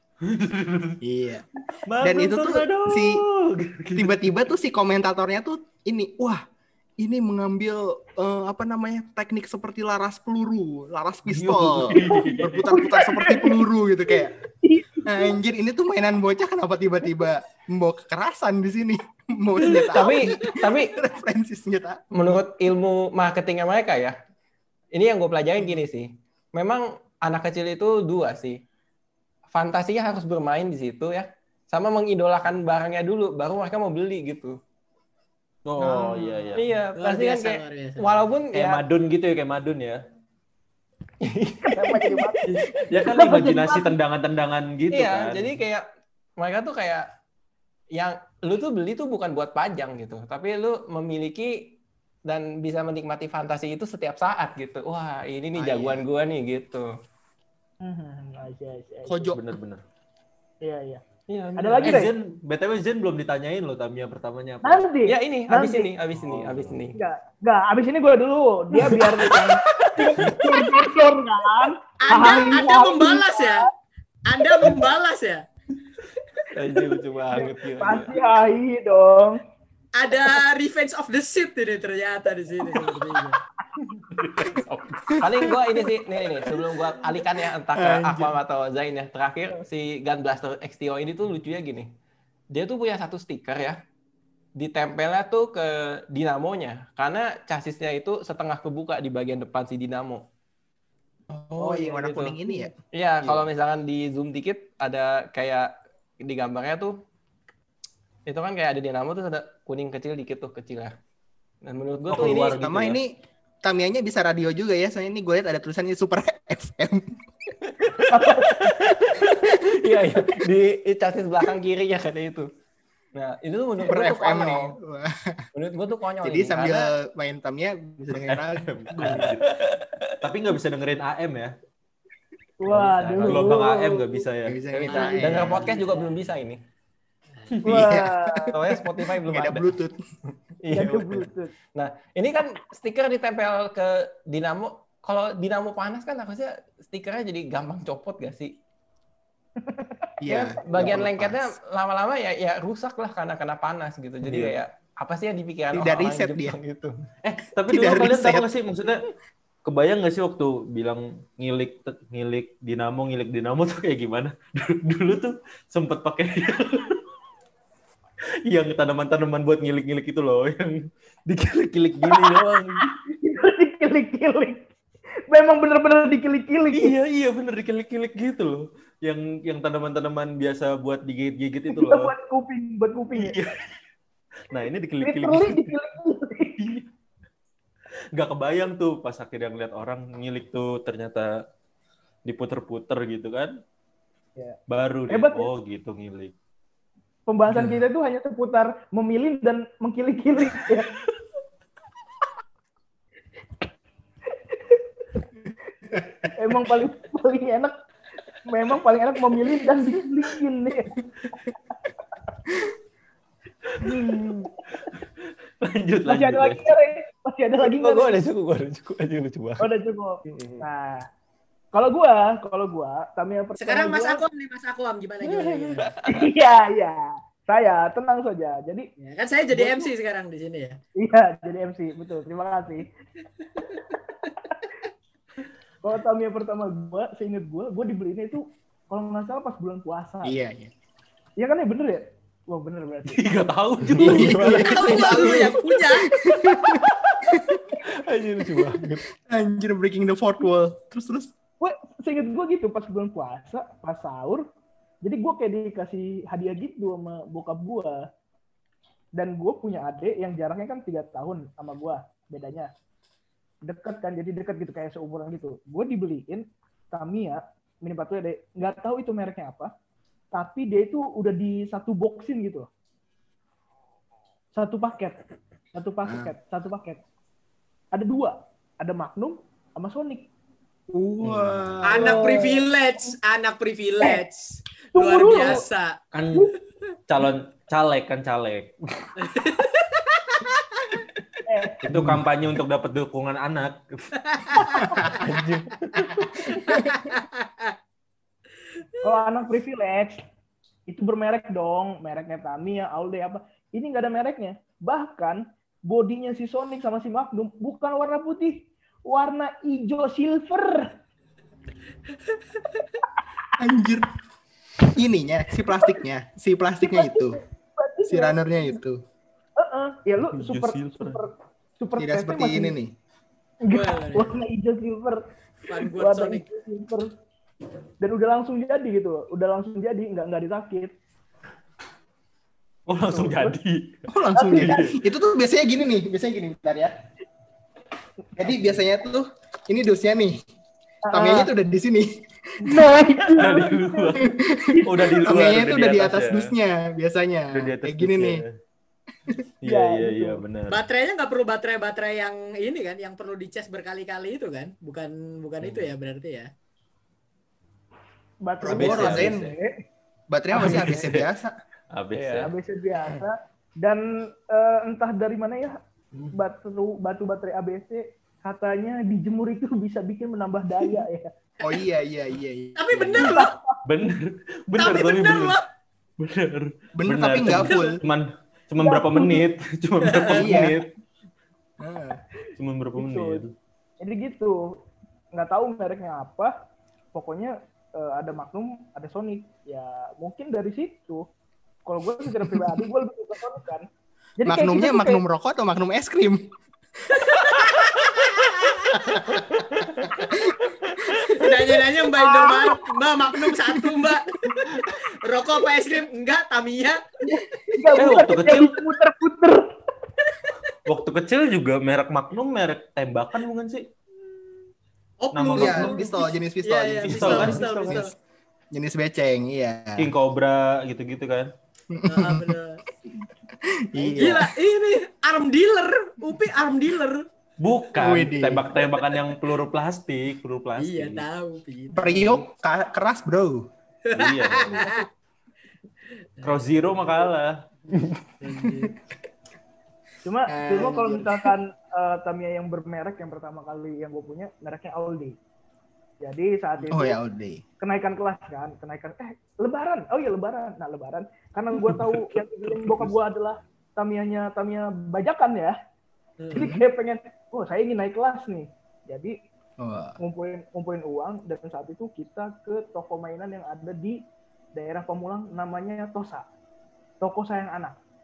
Iya. Magnum Dan itu tuh Tornado. si- Gitu. Tiba-tiba tuh si komentatornya tuh ini, wah, ini mengambil eh, apa namanya teknik seperti laras peluru, laras pistol, berputar-putar seperti peluru gitu kayak. Anjir, ini tuh mainan bocah kenapa tiba-tiba membawa kekerasan di sini? Membawa senjata Tapi api, tapi referensi senjata. menurut ilmu marketingnya mereka ya, ini yang gue pelajarin gini sih. Memang anak kecil itu dua sih. Fantasinya harus bermain di situ ya, sama mengidolakan barangnya dulu, baru mereka mau beli gitu. Oh iya iya. Iya, Luar pasti kan biasa, kayak luar biasa. walaupun Kayak ya Madun gitu ya, kayak Madun ya. Kenapa jadi mati? Ya kan Kenapa imajinasi jadi- tendangan-tendangan gitu iya, kan. jadi kayak mereka tuh kayak yang lu tuh beli tuh bukan buat pajang gitu, tapi lu memiliki dan bisa menikmati fantasi itu setiap saat gitu. Wah, ini nih Ah, jagoan iya. gua nih gitu. Hmm, aja, aja, aja. Kojo. Bener-bener. Iya, iya. Iya, Ada lagi, Eh, Rey? Zen, B T W Zen belum ditanyain loh Tamiya pertamanya apa. Nanti. Ya ini, abis Nanti. ini, abis ini, Oh. abis ini. Enggak, enggak. Abis ini gue dulu. Dia biar yang jor kan. Anda, Hai, Anda hai. membalas ya? Anda membalas ya? Anjir, lucu banget. gila, Pasti gila. hai dong. Ada Revenge of the Sith ini ternyata di sini sepertinya. Paling gua ini sih, nih, nih sebelum gua alihkan ya entah ke Anjir. Aquam atau Zain ya. Terakhir si Gun Blaster X T O ini tuh lucunya gini. Dia tuh punya satu stiker ya. Ditempelnya tuh ke dinamonya karena chassisnya itu setengah kebuka di bagian depan si dinamo. Oh, yang warna gitu. kuning ini ya? Iya, kalau misalkan di zoom dikit ada kayak di gambarnya tuh itu kan kayak ada dinamo tuh ada kuning kecil dikit tuh kecil ya. Dan menurut gua Oh, tuh ini keluar gitu Sama ya? ini Tamiya-nya bisa radio juga ya. Soalnya ini gue lihat ada tulisannya Super F M. iya iya di chassis belakang kirinya kan itu. Nah, itu tuh menurut Super gua tuh F M nih. konyol. Wah. Menurut gua tuh konyol Jadi ini, sambil karena- main Tamiya bisa dengerin lagu. Tapi nggak bisa dengerin A M ya. Waduh. Gelombang A M nggak bisa ya. Nggak bisa Nggak bisa. dengerin. Denger podcast juga belum bisa ini. Wah. Soalnya Spotify belum Nggak ada. ada Bluetooth. Iya, Ada betul. Bluetooth. Nah, ini kan stiker ditempel ke dinamo. Kalau dinamo panas kan harusnya stikernya jadi gampang copot gak sih? Iya. Ya, bagian nggak lengketnya lepas. lama-lama ya ya rusak lah karena kena panas gitu. Jadi Iya. kayak apa sih yang dipikiran Tidak orang-orang riset Jepang gitu? Eh, tapi Tidak dulu kalian tahu riset. nggak sih maksudnya kebayang nggak sih waktu bilang ngilik ngilik dinamo ngilik dinamo tuh kayak gimana? Dulu, dulu tuh sempet pakai Yang tanaman-tanaman buat ngilik-ngilik itu loh, yang dikilik-kilik gini doang. Itu dikilik-kilik. Memang benar-benar dikilik-kilik. Iya, iya bener dikilik-kilik gitu loh. Yang yang tanaman-tanaman biasa buat digigit-gigit itu Itu loh. buat kuping, buat kuping ya. Iya. Nah, ini dikilik-kilik Literally gitu. dikilik-kilik. Nggak kebayang tuh pas akhirnya ngeliat orang ngilik tuh ternyata diputer-puter gitu kan. Ya. Baru deh, Hebat ya? oh gitu ngilik. Pembahasan kita itu hanya seputar memilih dan mengkilik-kilik ya. Emang paling paling enak, memang paling enak memilih dan dikilikin nih. Hmm. Lanjut, Masih lanjut. ada lagi nggak, Rey? Masih ada lagi nggak? Gue ada cukup, gue ada cukup aja lucu banget. Oh, udah cukup. Nah, kalau gua, kalau gua, Tamiya pertama Sekarang Mas gua- Akom nih, Mas Akom gimana gimana? gimana? Iya, iya. Saya tenang saja. Jadi, Ya, kan saya jadi M C sekarang di sini ya. iya, jadi M C, betul. Terima kasih. Kalau Tamiya pertama gua, seinget gua, gua dibelinya itu kalau nggak salah pas bulan puasa. Iya, iya. Iya kan ya, bener ya? Wah, bener berarti. Nggak tahu juga. Tahu lu yang punya. Aja lucu banget. Anjir, breaking the fourth wall. Terus terus. Wah, seinget gua gitu pas bulan puasa, pas sahur. Jadi gua kayak dikasih hadiah gitu sama bokap gua. Dan gua punya adik yang jaraknya kan tiga tahun sama gua, bedanya. Deket kan, jadi deket gitu, kayak seumuran gitu. Gue dibeliin Tamiya mini empat W D, nggak tahu itu mereknya apa, tapi dia itu udah di satu boxin gitu, satu paket, satu paket, satu paket. Ada dua, ada Magnum sama Sonic. Wah. Anak privilege, anak privilege. Tunggu Luar dulu. biasa. Kan calon caleg kan caleg. Itu kampanye untuk dapat dukungan anak. Anjing. Kalau anak privilege itu bermerek dong, mereknya Tamiya, All Day apa. Ini nggak ada mereknya. Bahkan bodinya si Sonic sama si Magnum bukan warna putih, warna hijau silver. Anjir. Ininya, si plastiknya. Si plastiknya itu. Si runnernya itu. Heeh, ya lu Hijau super silver. super super Tidak T V seperti masih- ini nih. Enggak, Boleh. warna hijau silver. Fun buat Warna Sonic. hijau silver. Dan udah langsung jadi gitu, udah langsung jadi, nggak nggak disakit. Oh langsung jadi. Oh, langsung Tapi- jadi. Itu tuh biasanya gini nih, biasanya gini, bentar ya. Jadi biasanya tuh ini dosnya nih. Tamiyanya tuh udah di sini. Nah, itu. Udah di luar. Udah di luar. Tamiyanya tuh udah di atas ya. dusnya biasanya. Udah di atas Kayak gini dusnya. nih. Iya Ya, iya gitu. iya benar. Baterainya nggak perlu baterai-baterai yang ini kan, yang perlu dicas berkali-kali itu kan? Bukan bukan itu ya berarti ya? Baterai A B C, Gua rasain A B C. baterainya masih A B C biasa. Habis Iya. ya. A B C biasa. Dan eh, entah dari mana ya batu batu baterai A B C katanya dijemur itu bisa bikin menambah daya ya. Oh iya iya iya. iya. Tapi bener loh. Bener. Bener Tapi bener loh. Bener. Bener tapi nggak full. Cuman cuman berapa menit? Cuman berapa Iya. menit? Ah. Cuman berapa Gitu. menit? Jadi gitu. Nggak tahu mereknya apa. Pokoknya eh, ada Magnum, ada Sonic. Ya mungkin dari situ. Kalau gue secara pribadi gue lebih suka Sonic kan. Jadi kayak Magnumnya kita tuh Magnum rokok atau Magnum es krim? Nanya-nanya Mbak Indomaret, Mbak Magnum satu Mbak. Rokok apa es krim? Enggak, Tamiya. Nggak, Eh, bukan waktu yang kecil- diputer-puter. Waktu kecil juga merek Magnum merek tembakan bukan sih? Oh, Nama peluru. Iya, Magnum. pistol, jenis pistol. Iya, iya, jenis pistol, pistol, kan? pistol, Pistol, pistol. Jenis beceng, iya. King Cobra gitu-gitu kan? Ah, bener. Iya. Gila, ini arm dealer. Upi arm dealer. Bukan, Widih. tembak-tembakan yang peluru plastik, peluru Iya, plastik. tahu, Pi. Periuk ka- keras, bro. Iya. Cross Zero mah kalah. Cuma, Eh, cuma kalau iya. misalkan eh, Tamiya yang bermerek yang pertama kali yang gue punya mereknya All Day. Jadi saat itu Oh ya, udah. kenaikan kelas kan, kenaikan eh Lebaran, oh iya Lebaran, nah Lebaran karena gue tahu yang yang bokap gue adalah Tamiyanya Tamiya bajakan ya, jadi kayak pengen, oh saya ingin naik kelas nih, jadi Wah. ngumpulin ngumpulin uang dan saat itu kita ke toko mainan yang ada di daerah Pamulang namanya Tosa, toko sayang anak.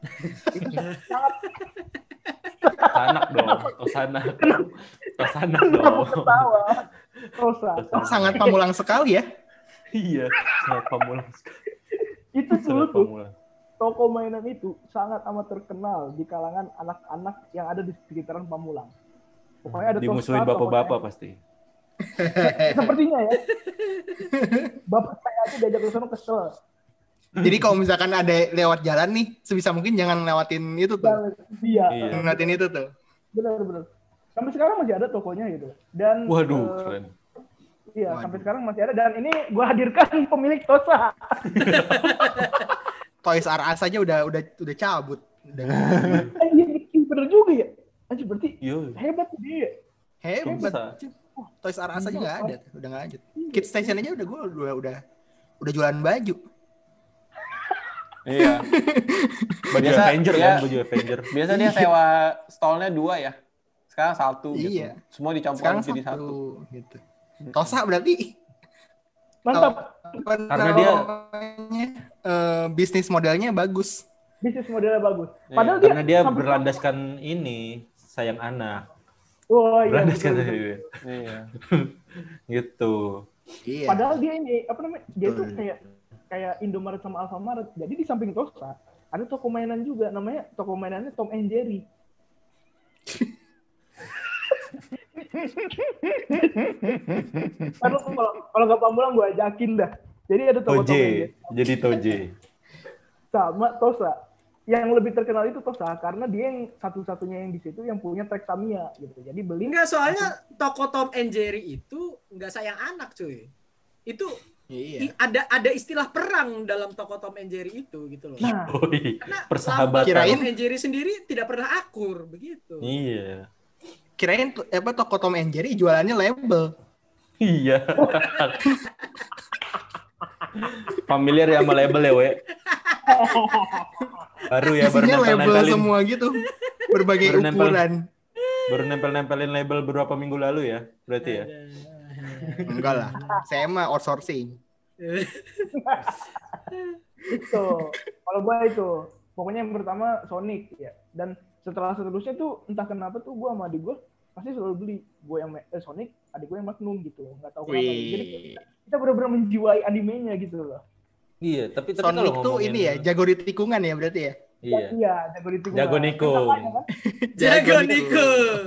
Itu sangat Sanak dong, tosanak. Tosanak kenapa dong. ketawa. Tosa. Sangat pamulang sekali ya. Iya, sangat pamulang sekali. Itu dulu Sangat tuh pamulang. toko mainan itu sangat amat terkenal di kalangan anak-anak yang ada di sekitaran Pamulang. Pokoknya ada Dimusuhin Tosa, bapak-bapak toko pasti. mainan. Sepertinya ya. Bapak saya aja diajak ke sana kesel. Jadi kalau misalkan ada lewat jalan nih, sebisa mungkin jangan lewatin itu tuh. Iya. Iya. Lewatin itu tuh. Benar-benar. Sampai sekarang masih ada tokonya gitu. Dan Waduh, eh, keren. iya, Waduh. sampai sekarang masih ada dan ini gue hadirkan pemilik Tosa. Toys R Us aja udah udah udah cabut. Udah. Anjir, bener juga ya. Anjir, berarti Yo. hebat tuh dia. Hebat. Bisa. Oh, Toys R Us aja nggak ada, udah nggak lanjut. Kids Station aja udah gue udah udah udah jualan baju. Iya. Baju Biasa, Avenger ya. kan, baju Avenger. Biasa dia sewa stolnya dua ya. Sekarang satu gitu. Iya. Semua dicampur Sekarang jadi satu, satu. gitu. Tosa berarti Mantap. apa Karena dia- namanya, eh, bisnis modelnya bagus. Bisnis modelnya bagus. Iya, Padahal dia Karena dia sampai- berlandaskan ini, sayang anak. Oh iya. Berlandaskan betul, betul. ini. Iya. Gitu. Iya. Padahal dia ini apa namanya? Dia tuh Betul. kayak kayak Indomaret sama Alfamaret. Jadi di samping Tosa ada toko mainan juga namanya toko mainannya Tom and Jerry. Aduh, kalau kalau nggak Pamulang gue ajakin dah. Jadi ada toko Tom and Jerry Toje, jadi Toje. sama Tosa. Yang lebih terkenal itu Tosa karena dia yang satu-satunya yang di situ yang punya Trek Tamiya gitu. Jadi beli Enggak, soalnya toko Tom and Jerry itu enggak sayang anak, cuy. Itu Iya. i- ada ada istilah perang dalam toko Tom and Jerry itu gitu loh. Nah, Oi, Karena persahabatan. Kirain- Tom and Jerry sendiri tidak pernah akur begitu. Iya. Kirain tuh, apa toko Tom and Jerry jualannya label. Iya. Familiar ya sama label ya, we. Baru ya, baru Isinya label nempel-nempelin. semua gitu. Berbagai Baru nempel. ukuran. Baru nempel-nempelin label beberapa minggu lalu ya, berarti ya. Enggak lah. Saya mah outsourcing. itu. Kalau gue itu, pokoknya yang pertama Sonic ya. Dan setelah seterusnya tuh entah kenapa tuh gue sama adik gue pasti selalu beli. Gue yang eh, Sonic, adik gue yang Magnum gitu. Nggak tahu kenapa. Jadi Wih. kita benar-benar menjiwai animenya gitu loh. Iya, tapi tapi Sonic kalau tuh ngomongin- ini ya, jago di tikungan ya berarti ya. Iya. Iya, jago di tikungan. Jago nikung. Kan namanya kan? Jago Niko.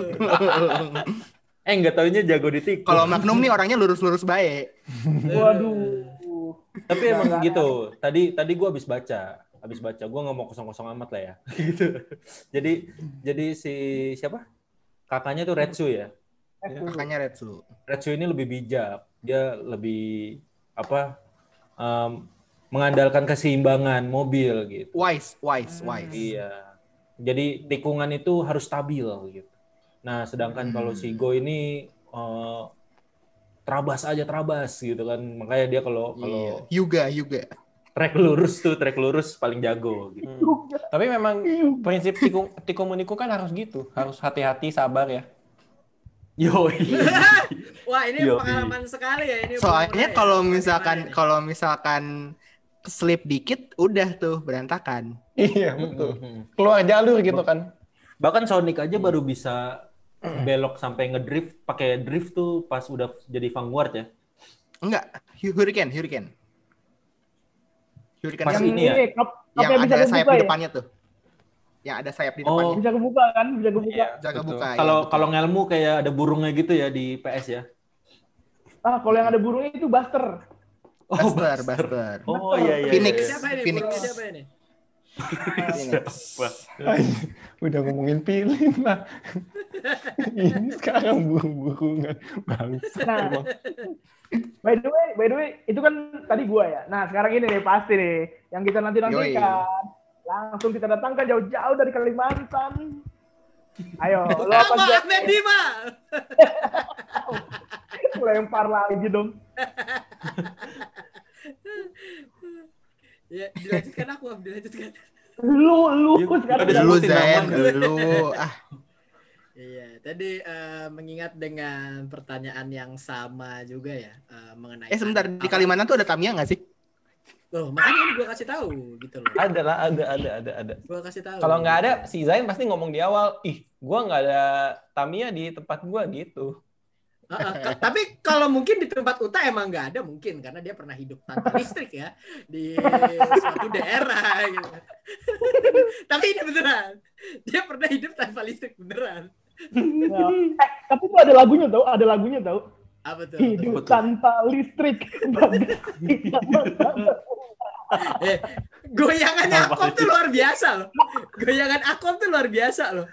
Eh, nggak taunya jago di tikung. Kalau Magnum nih orangnya lurus-lurus baik. Waduh. Tapi Nggak, emang nggak gitu. Tadi tadi gue habis baca, habis baca. Gue nggak mau kosong-kosong amat lah ya. gitu. Jadi jadi si siapa? Kakaknya tuh Retsu ya. Makanya Retsu. Retsu ini lebih bijak. Dia lebih apa? em, mengandalkan keseimbangan mobil gitu. Wise, wise, wise. Iya. Jadi tikungan itu harus stabil gitu. Nah, sedangkan Hmm. kalau si Go ini eh, terabas aja terabas gitu kan. Makanya dia kalau kalau Iya. Yuga, Yuga. trek lurus tuh, trek lurus paling jago gitu. Hmm. Tapi memang prinsip tikung tikung menikung kan harus gitu, harus hati-hati, sabar ya. Yo. Wah, ini Yo, pengalaman sekali ya ini. Soalnya pengalaman ya. kalau Gimana misalkan nih? kalau misalkan keslip dikit udah tuh berantakan. Iya, betul. Keluar jalur gitu kan. Bahkan Sonic aja baru bisa belok sampai ngedrift, pakai drift tuh pas udah jadi Vanguard ya. Enggak, Hurricane, Hurricane. Hurricane Pas yang, ini ya? kap- yang kapnya bisa ada sayap kebuka di ya? depannya tuh. Yang ada sayap di Oh. depannya. Bisa kebuka kan? Bisa kebuka. Iya, Jaga betul. buka. Kalau ya, kalau ngelmu kayak ada burungnya gitu ya di P S ya. Ah, kalau yang ada burungnya itu Buster. Buster, Buster. Oh iya iya. Phoenix. iya. Siapa ini? Phoenix. Burungnya siapa ini? Phoenix. Udah ngomongin pilih lah. Ini sekarang burung-burungan. Bangsa. Nah. emang. By the way, by the way, itu kan tadi gua ya. Nah, sekarang ini nih pasti nih yang kita nanti nantikan. Langsung kita datangkan jauh-jauh dari Kalimantan. Ayo, lo apa Nama sih? Ahmed Dima. Lempar lagi dong. Ya, dilanjutkan aku, Am, dilanjutkan. Lu, lu Yuk, sekarang ada udah- Lu sebutin Zen, namanya. lu ah Iya, tadi eh, mengingat dengan pertanyaan yang sama juga ya eh, mengenai eh sebentar di apa- Kalimantan tuh ada Tamiya nggak sih? Loh, makanya ini gue kasih tahu gitu loh. Ada lah, ada, ada, ada, ada. Gue kasih tahu. Kalau nggak ada, si Zain pasti ngomong di awal, ih, gue nggak ada Tamiya di tempat gue gitu. Uh, uh, k- tapi kalau mungkin di tempat Uta emang nggak ada mungkin karena dia pernah hidup tanpa listrik ya di suatu daerah gitu. Tapi ini beneran, dia pernah hidup tanpa listrik beneran. Nah, eh, tapi tuh ada lagunya tau, ada lagunya tau. Apa tuh? Hidup tanpa listrik. eh, goyangannya Akom tuh luar biasa loh. Goyangan Akom tuh luar biasa loh.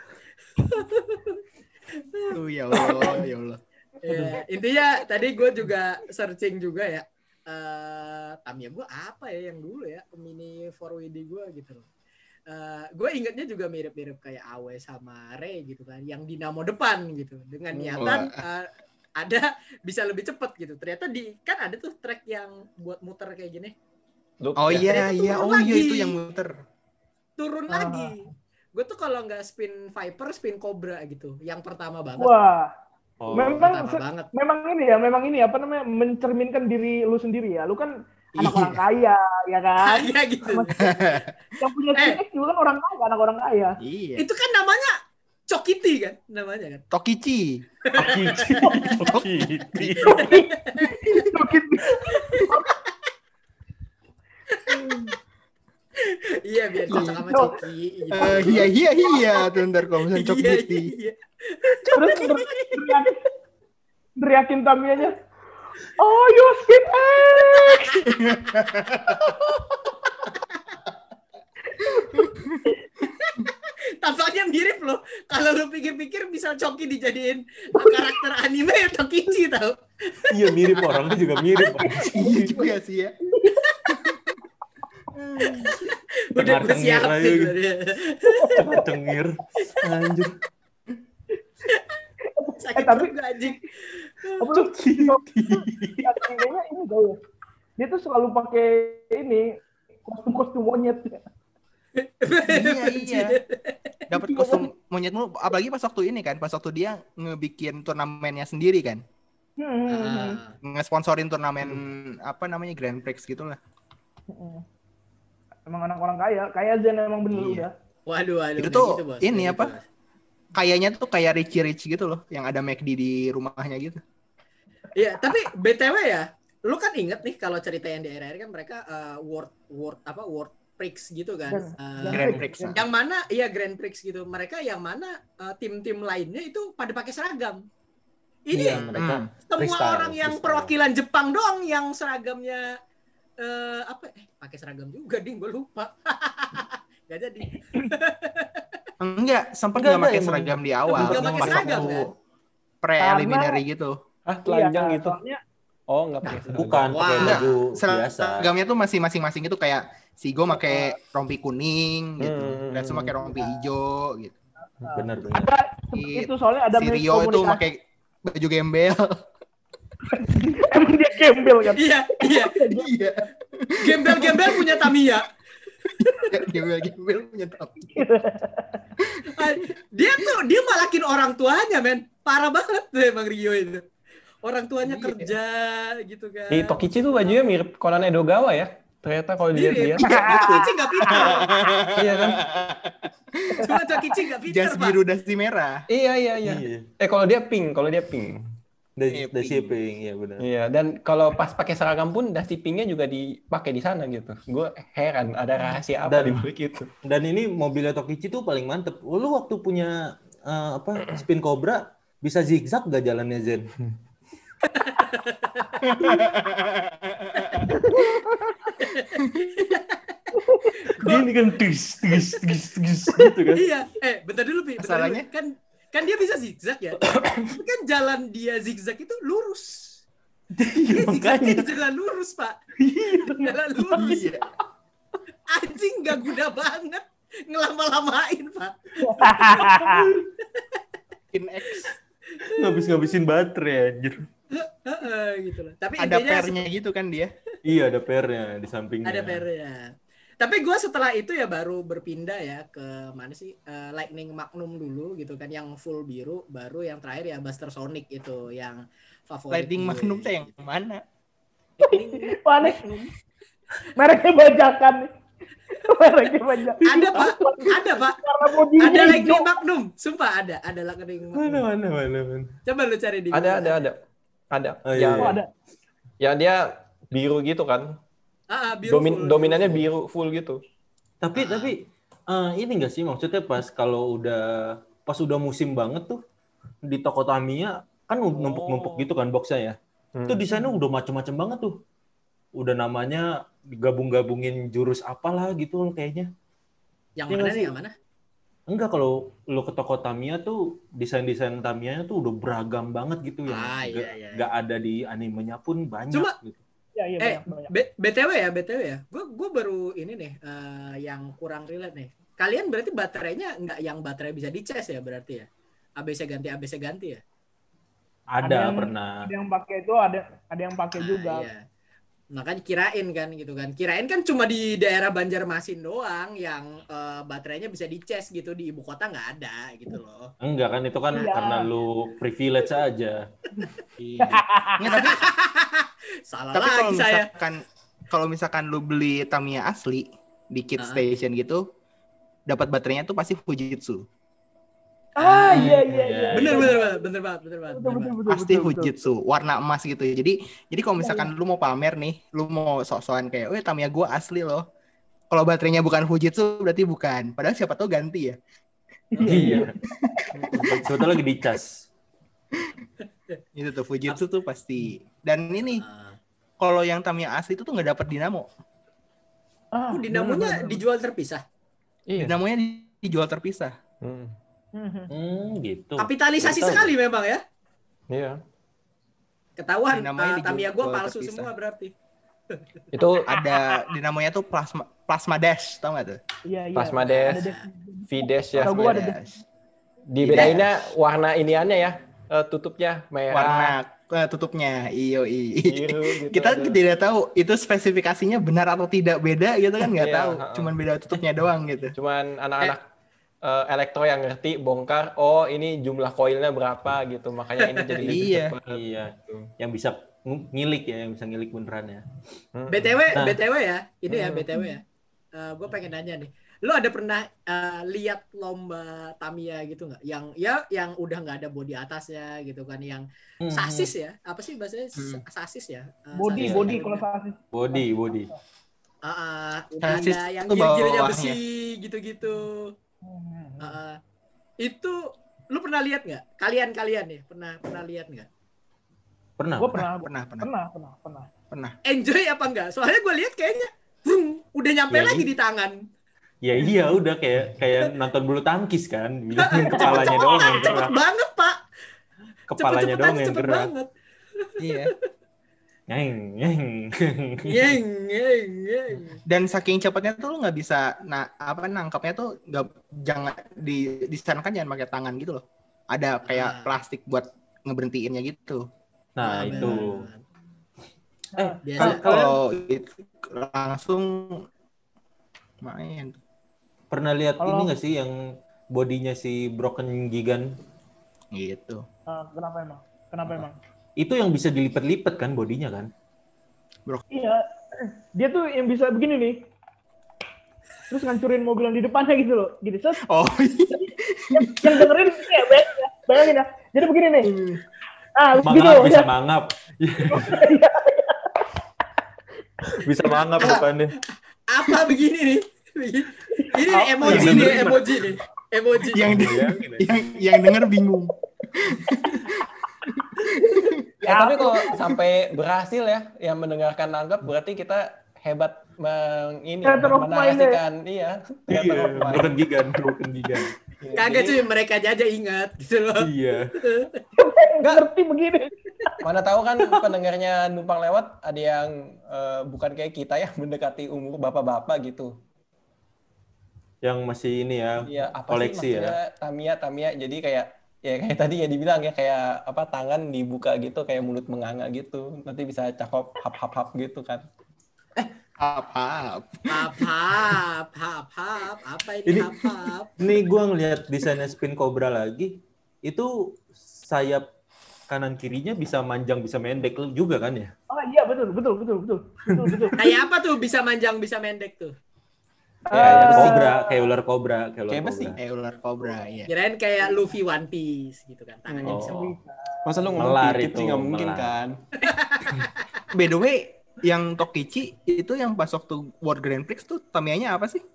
Oh ya Allah, ya Allah. Ya, intinya tadi gue juga searching juga ya. Uh, Tamiya gue apa ya yang dulu ya mini four W D gue gitu loh. Uh, gue ingetnya juga mirip-mirip kayak Awe sama Ray gitu kan, yang dinamo depan gitu dengan niatan uh, ada bisa lebih cepet gitu. Ternyata di kan ada tuh track yang buat muter kayak gini. Loop, Oh ya. iya iya, oh lagi. iya itu yang muter. Turun Ah. lagi. Gue tuh kalau nggak spin Viper, spin Cobra gitu. Yang pertama banget. Wah, Oh, memang Pertama se- banget. memang ini ya, memang ini apa namanya mencerminkan diri lu sendiri ya. Lu kan anak Iya. orang kaya, ya kan? Kayak gitu. Yang punya Eh. X juga kan orang kaya, anak orang kaya. Iya. Itu kan namanya Cokiti kan namanya kan. Tokichi. Iya biar cocok sama Coki gitu. Eh, iya iya iya, tuh ntar kalau misalnya Iya, Tokichi. iya. Terus ner- teriakin, teriakin Tamiyanya, oh you skip X! Tampaknya mirip loh. Kalau lu pikir-pikir bisa Coki dijadiin karakter anime ya Tokichi tau. iya mirip orangnya juga mirip. Iya juga sih ya. Udah gue Tengah-tengir aja siapin gitu. dia. Cengir. Anjir. Sakit Eh, tapi- juga anjing. Apa lu? Animenya ini tau ya. Dia tuh selalu pakai ini kostum-kostum monyet. Iya iya. Dapat kostum monyet mulu, apalagi pas waktu ini kan, pas waktu dia ngebikin turnamennya sendiri kan. Hmm. Ah. Ngesponsorin turnamen apa namanya Grand Prix gitu lah. Emang anak orang kaya, kaya Zen emang bener Iya. udah. Waduh, waduh. Itu kayak tuh gitu, Bos. ini Kayak apa? gitu, Bos. Kayaknya tuh kayak Richie Rich gitu loh, yang ada McD di rumahnya gitu. Iya, tapi B T W ya, lu kan inget nih kalau cerita yang di akhir-akhir kan mereka uh, World World apa World Prix gitu kan. Dan- Uh, Grand Prix. yang mana iya Grand Prix gitu. Mereka yang mana uh, tim-tim lainnya itu pada pakai seragam. Ini Iya, mereka Hmm. semua freestyle, orang yang freestyle. perwakilan Jepang doang yang seragamnya eh apa eh pakai seragam juga ding gue lupa. Gak jadi. Enggak, sempat Enggak, nggak pakai enggak, seragam di awal. Enggak pakai Pas seragam, waktu kan? preliminary gitu. Ah, telanjang Iya, gitu. soalnya Oh, nggak pakai seragam. Bukan Wah. pakai baju biasa. Seragamnya tuh masih masing-masing itu kayak si Go pakai rompi kuning gitu, Hmm. Retsu pakai rompi hijau gitu. Bener bener. ada Si- itu soalnya ada Si Rio itu miskomunikasi. pakai baju gembel. Emang dia gembel kan. Iya, iya. Iya. Gembel-gembel punya Tamiya. Gembel-gembel punya tapi. Ah, Dia tuh dia malakin orang tuanya, men. Parah banget tuh emang Rio itu. Orang tuanya Iya. kerja gitu kan. Si Tokichi tuh bajunya mirip Conan Edogawa ya. Ternyata kalau dilihat dia. Mirip. Tokichi nggak pintar. Iya kan? Cuma Tokichi nggak pintar, Jas Pak. biru dasi merah. Iya, iya, iya. Iya. Eh, kalau dia pink, kalau dia pink. Dari Eh, dari pink. shipping, ya benar. Iya, dan kalau pas pakai seragam pun dasi pinknya juga dipakai di sana gitu. Gue heran ada rahasia apa Dan- di balik itu. Dan ini mobilnya Tokichi tuh paling mantep. Oh, lu waktu punya eh, apa spin Cobra bisa zigzag gak jalannya Zen? Gini kan tis tis tis tis gitu kan. Iya, eh bentar dulu Pi, bentar Masalahnya? dulu. Kan kan dia bisa zigzag ya. Tapi kan jalan dia zigzag itu lurus. Dia zigzagnya di jalan lurus, Pak. Jalan lurus. Iya. Anjing gak guna banget. Ngelama-lamain, Pak. In X Ngabis-ngabisin baterai anjir. Heeh, gitu loh. Tapi ada intinya pernya gitu kan dia. Iya, ada pairnya di sampingnya. ada P R-nya. Tapi gue setelah itu ya baru berpindah ya ke mana sih Eh, Lightning Magnum dulu gitu kan yang full biru, baru yang terakhir ya Buster Sonic itu yang favorit. Lightning gue. Magnum tuh yang mana? Lightning Mana? Magnum. Mereknya bajakan. Mereknya bajakan. Ada Pak, ada Pak. Karena bodinya Ada hijau. Lightning Magnum, sumpah ada, ada Lightning Magnum. Mana mana mana. mana. Coba lu cari di. Ada, ada, ada. Ada. Oh, iya, yang, Oh, ada. yang dia biru gitu kan. Ah, ah, biru Domin, full, dominannya full. biru full gitu. Tapi tapi eh, ini enggak sih maksudnya pas kalau udah pas udah musim banget tuh di toko Tamiya kan numpuk-numpuk gitu kan boxnya ya. Hmm. Itu desainnya udah macem-macem banget tuh. Udah namanya digabung-gabungin jurus apalah gitu kayaknya. Yang Iya mana nggak nih? sih? Yang mana? Enggak, kalau lo ke toko Tamiya tuh desain-desain Tamiyanya tuh udah beragam banget gitu yang Ah, iya, nggak iya, iya. nggak ada di animenya pun banyak Cuma- gitu. Ya, iya, Eh, banyak, banyak. B- BTW ya, BTW ya. Gue gue baru ini nih eh, yang kurang relate nih. Kalian berarti baterainya nggak yang baterai bisa dicas ya berarti ya? A B C ganti A B C ganti ya? Ada, Ada yang- pernah. Ada yang pakai itu, ada ada yang pakai Ah, juga. iya. Makanya kirain kan gitu kan. Kirain kan cuma di daerah Banjarmasin doang yang eh, baterainya bisa dicas gitu, di ibu kota nggak ada gitu loh. Enggak kan, itu kan Iya. karena lu privilege aja. Iya. Nggak, tapi Salah tapi kalau lagi saya. misalkan kalau misalkan lu beli Tamiya asli di Kit Ah. Station gitu, dapat baterainya tuh pasti Fujitsu. Ah, iya, iya, iya. iya. Bener bener banget, bener banget, bener banget. Betul, bener betul, banget. betul, Pasti betul, betul. Fujitsu, warna emas gitu. Jadi jadi kalau misalkan lu mau pamer nih, lu mau sok-sokan kayak, "Weh, Tamiya gua asli loh." Kalau baterainya bukan Fujitsu berarti bukan. Padahal siapa tahu ganti ya. Iya. Sebetulnya lagi dicas. Itu tuh Fujitsu tuh pasti. Dan ini Ah. kalau yang Tamiya asli itu tuh nggak dapat dinamo. Ah, Oh, dinamonya bener, bener, dijual terpisah. Iya. Dinamonya di- dijual terpisah. Hmm. bener. Hmm, gitu. Kapitalisasi Baru tahu. sekali memang ya. Iya. Ketahuan Dinamanya uh, Tamiya gue dijual palsu terpisah. semua berarti. Itu Ada dinamonya tuh plasma plasma dash, tau nggak tuh? Iya, iya. Plasma Ada Dash, deh. Vides ya. Kalau gua ada deh. Dash. Dibedainnya warna iniannya ya, eh, tutupnya merah, Warna eh, tutupnya, iyo i. biru gitu. Kita ada. tidak tahu itu spesifikasinya benar atau tidak beda gitu kan nggak Iya, tahu. ha-ha. Cuman beda tutupnya doang gitu. Cuman anak-anak eh, elektro yang ngerti bongkar, oh ini jumlah koilnya berapa gitu, makanya ini jadi lebih Iya. cepat. Iya. Yang bisa ng- ngilik ya, yang bisa ngilik beneran ya. Hmm. B T W, Nah. B T W ya, ini ya Hmm. B T W ya. gue pengen nanya nih, lu ada pernah uh, lihat lomba Tamiya gitu nggak? Yang ya, yang udah nggak ada bodi atasnya gitu kan, yang Hmm. sasis ya? Apa sih bahasanya Hmm. sasis ya? Uh, Body, sasis body, ya. kalau sasis. Body, body. Ah, ah, Sasis ada yang tuh gil-gilnya bawahnya. besi gitu-gitu. Hmm. Ah, ah. Itu lu pernah lihat nggak? Kalian-kalian nih pernah pernah lihat nggak? Pernah. Gue pernah, Pernah, pernah, pernah, pernah, pernah. pernah. Enjoy apa enggak? Soalnya gue lihat kayaknya hmm, udah nyampe Ya, lagi ini- di tangan. Ya iya udah kayak kayak nonton bulu tangkis kan, bilangin kepalanya doang yang Cepet gerak, banget pak. kepalanya Cepet-cepet doang aja, yang cepet gerak. banget. Iya. Nyeng, nyeng. Yeng, yeng, yeng. Dan saking cepatnya tuh lu nggak bisa, nah apa nangkapnya tuh nggak, jangan di disarankan jangan pakai tangan gitu loh. Ada kayak Ah. plastik buat ngeberhentiinnya gitu. Nah Ah, itu. bener. Eh, Biasa. Kalau kalian kalau itu langsung main. pernah lihat Kalau- ini nggak sih yang bodinya si Broken Gigan? Gitu. Ah, kenapa emang? Kenapa emang? Itu yang bisa dilipat-lipat kan bodinya kan? Iya, dia tuh yang bisa begini nih. Terus ngancurin mobil yang di depannya gitu loh. Gitu, set. Oh, Yang, yang dengerin ya, bayangin ya. Bayangin ya. Jadi begini nih. Ah, Mangap gitu. bisa Ya. mangap. Iya. Bisa mangap depannya. Apa begini nih? Begini. Ini nih, Oh, emoji yang nih, dengerin, emoji nih. Emoji. yang di, Bayangin ya. yang yang denger bingung. Ya, tapi kalau sampai berhasil ya yang mendengarkan nanggap, berarti kita hebat meng ini Theater of mind, menarasikan iya. theater Iya, of mind. Broken Gigan, Broken Gigan. Iya, Kagak jadi, cuy, mereka aja ingat gitu loh. Iya. Nggak ngerti begini. mana tahu kan pendengarnya numpang lewat ada yang eh, bukan kayak kita yang mendekati umur bapak-bapak gitu. Yang masih ini ya, Iya, apa koleksi sih ya. maksudnya Tamiya Tamiya jadi kayak ya kayak tadi ya dibilang ya kayak apa tangan dibuka gitu kayak mulut menganga gitu. Nanti bisa cakop hap hap hap gitu kan. Apa? Hap hap hap hap. Apa ini Ini- hap hap? Nih gue ngelihat desainnya Spin Cobra lagi, itu sayap kanan kirinya bisa manjang bisa mendek juga kan ya? Oh iya betul betul betul betul betul betul. Kayak apa tuh bisa manjang bisa mendek tuh? Kayak Eh, kobra, kayak ular kobra, kayak ular Kayak besi. kobra. Eh ular kobra, iya. Kirain kayak Luffy One Piece gitu kan, tangannya bisa. Oh. Masa lu ngomong Melar pipit itu, sih nggak mungkin melar. kan? By the way, yang Tokichi itu yang pas waktu World Grand Prix tuh Tamiya-nya apa sih?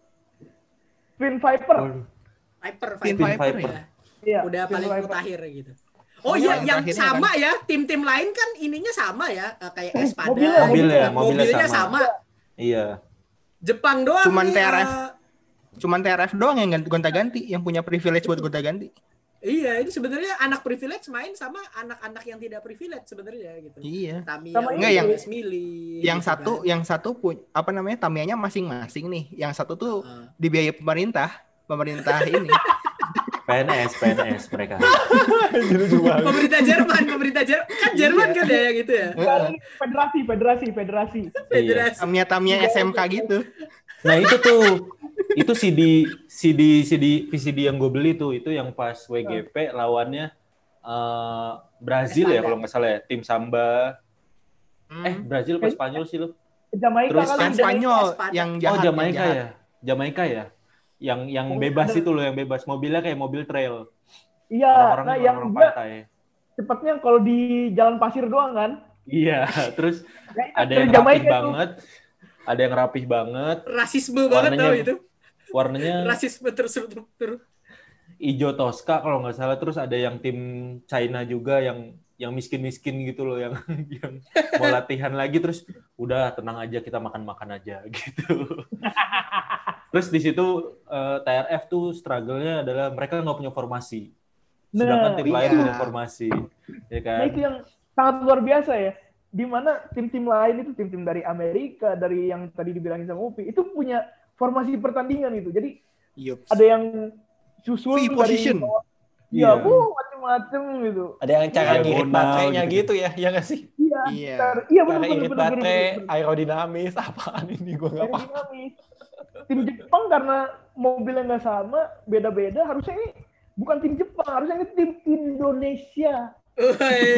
Twin Viper. Viper, Twin Viper, Viper. ya. Iya. Udah Twin paling Viper. mutakhir gitu. Oh Oh, iya, yang yang terakhirnya sama ya, tim-tim lain kan ininya sama ya, eh, kayak Eh, Espada, mobilnya, Mobilnya, gitu kan. mobilnya mobilnya sama. sama. Iya. Jepang doang Cuman nih, T R F. eh, Cuman T R F doang yang ganti- gonta-ganti, yang punya privilege buat gonta-ganti. iya, ini sebenarnya anak privilege main sama anak-anak yang tidak privilege sebenarnya gitu. Iya. Tamiya, Sama Enggak, yang- Mili, Yang gitu satu, kan. yang satu pu- apa namanya Tamiya-nya masing-masing nih. Yang satu tuh Heeh. dibiayai pemerintah, pemerintah ini. P N S, P N S mereka. pemerintah Jerman, pemerintah Jerman kan Jerman kan ya yang itu ya. Bukan, Federasi, federasi, federasi. Iya. Federasi. Tamiya-Tamiya S M K gitu. Nah itu tuh, itu C D, C D, C D, V C D yang gue beli tuh, itu yang pas W G P lawannya eh, Brazil ya Espada. kalau nggak salah ya, tim Samba. Eh Hmm. Brazil apa Spanyol sih lu? Jamaika Terus kan Yang ada- Spanyol, Espada. yang Oh jahat. yang Jamaika jahat. ya, Jamaika ya. Yang yang Oh, bebas ada. itu loh, yang bebas mobilnya kayak mobil trail. Iya, Orang-orang nah yang orang dia pantai. cepatnya kalau di jalan pasir doang kan. Iya, terus Ya, itu ada dari yang rapih Jamaika tuh. banget, ada yang rapih banget, Rasisme banget Warnanya- tau itu. warnanya Rasisme terstruktur. hijau Tosca kalau nggak salah. Terus ada yang tim China juga yang yang miskin-miskin gitu loh, yang yang mau latihan lagi, terus udah tenang aja kita makan-makan aja gitu. Terus di situ eh, T R F tuh struggle-nya adalah mereka nggak punya formasi, sedangkan Nah, tim lain iya. punya formasi, ya kan? Nah itu yang sangat luar biasa ya. Di mana tim-tim lain itu tim-tim dari Amerika, dari yang tadi dibilangin sama Upi, itu punya formasi pertandingan itu. Jadi Yups. ada yang susul V position. bawah. Iya. Ya, bu, macem-macem gitu. Ada yang cara Diagonal ngirit baterainya gitu. gitu ya, ya nggak sih? Iya, Iya. ntar- iya benar Cara benar irit benar benar. baterai, aerodinamis, apaan ini gue nggak paham. Aerodinamis. Tim Jepang karena mobilnya nggak sama, beda-beda. Harusnya ini bukan tim Jepang, harusnya ini tim Indonesia. Woi.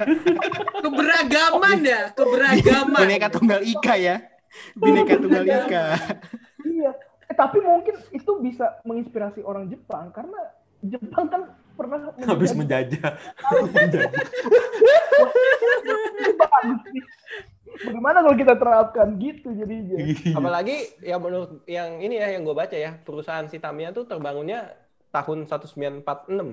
Keberagaman ya, keberagaman. Bineka Tunggal Ika ya. Bineka Tunggal Ika. Iya. Eh, tapi mungkin itu bisa menginspirasi orang Jepang karena Jepang kan pernah Habis menjajah. Habis menjajah. bagus sih. Bagaimana kalau kita terapkan gitu jadinya? Apalagi yang menurut yang ini ya yang gue baca ya, perusahaan si Tamiya tuh terbangunnya tahun seribu sembilan ratus empat puluh enam.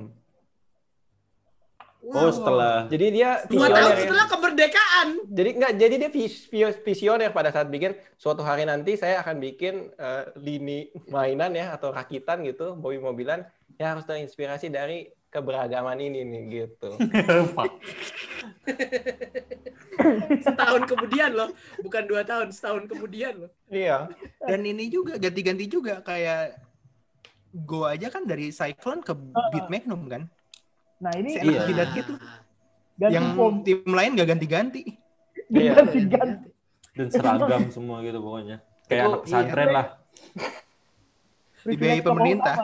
Oh setelah Jadi dia Dua tahun visioner ya. setelah kemerdekaan. Jadi enggak, jadi dia vis- vis- visioner pada saat bikin suatu hari nanti saya akan bikin eh, lini mainan ya atau rakitan gitu, mobil-mobilan yang harus terinspirasi dari keberagaman ini nih gitu. Fuck. Setahun kemudian loh, bukan dua tahun, setahun kemudian loh. Iya. Dan ini juga ganti-ganti juga kayak Go aja kan dari Cyclone ke Beat Magnum kan. Nah ini Seenak Iya. jidat gitu. ganti Yang form, tim lain gak ganti-ganti. Iya. ganti-ganti. Dan seragam semua gitu pokoknya. Kayak Itu, anak pesantren iya. lah. Dibiayai pemerintah.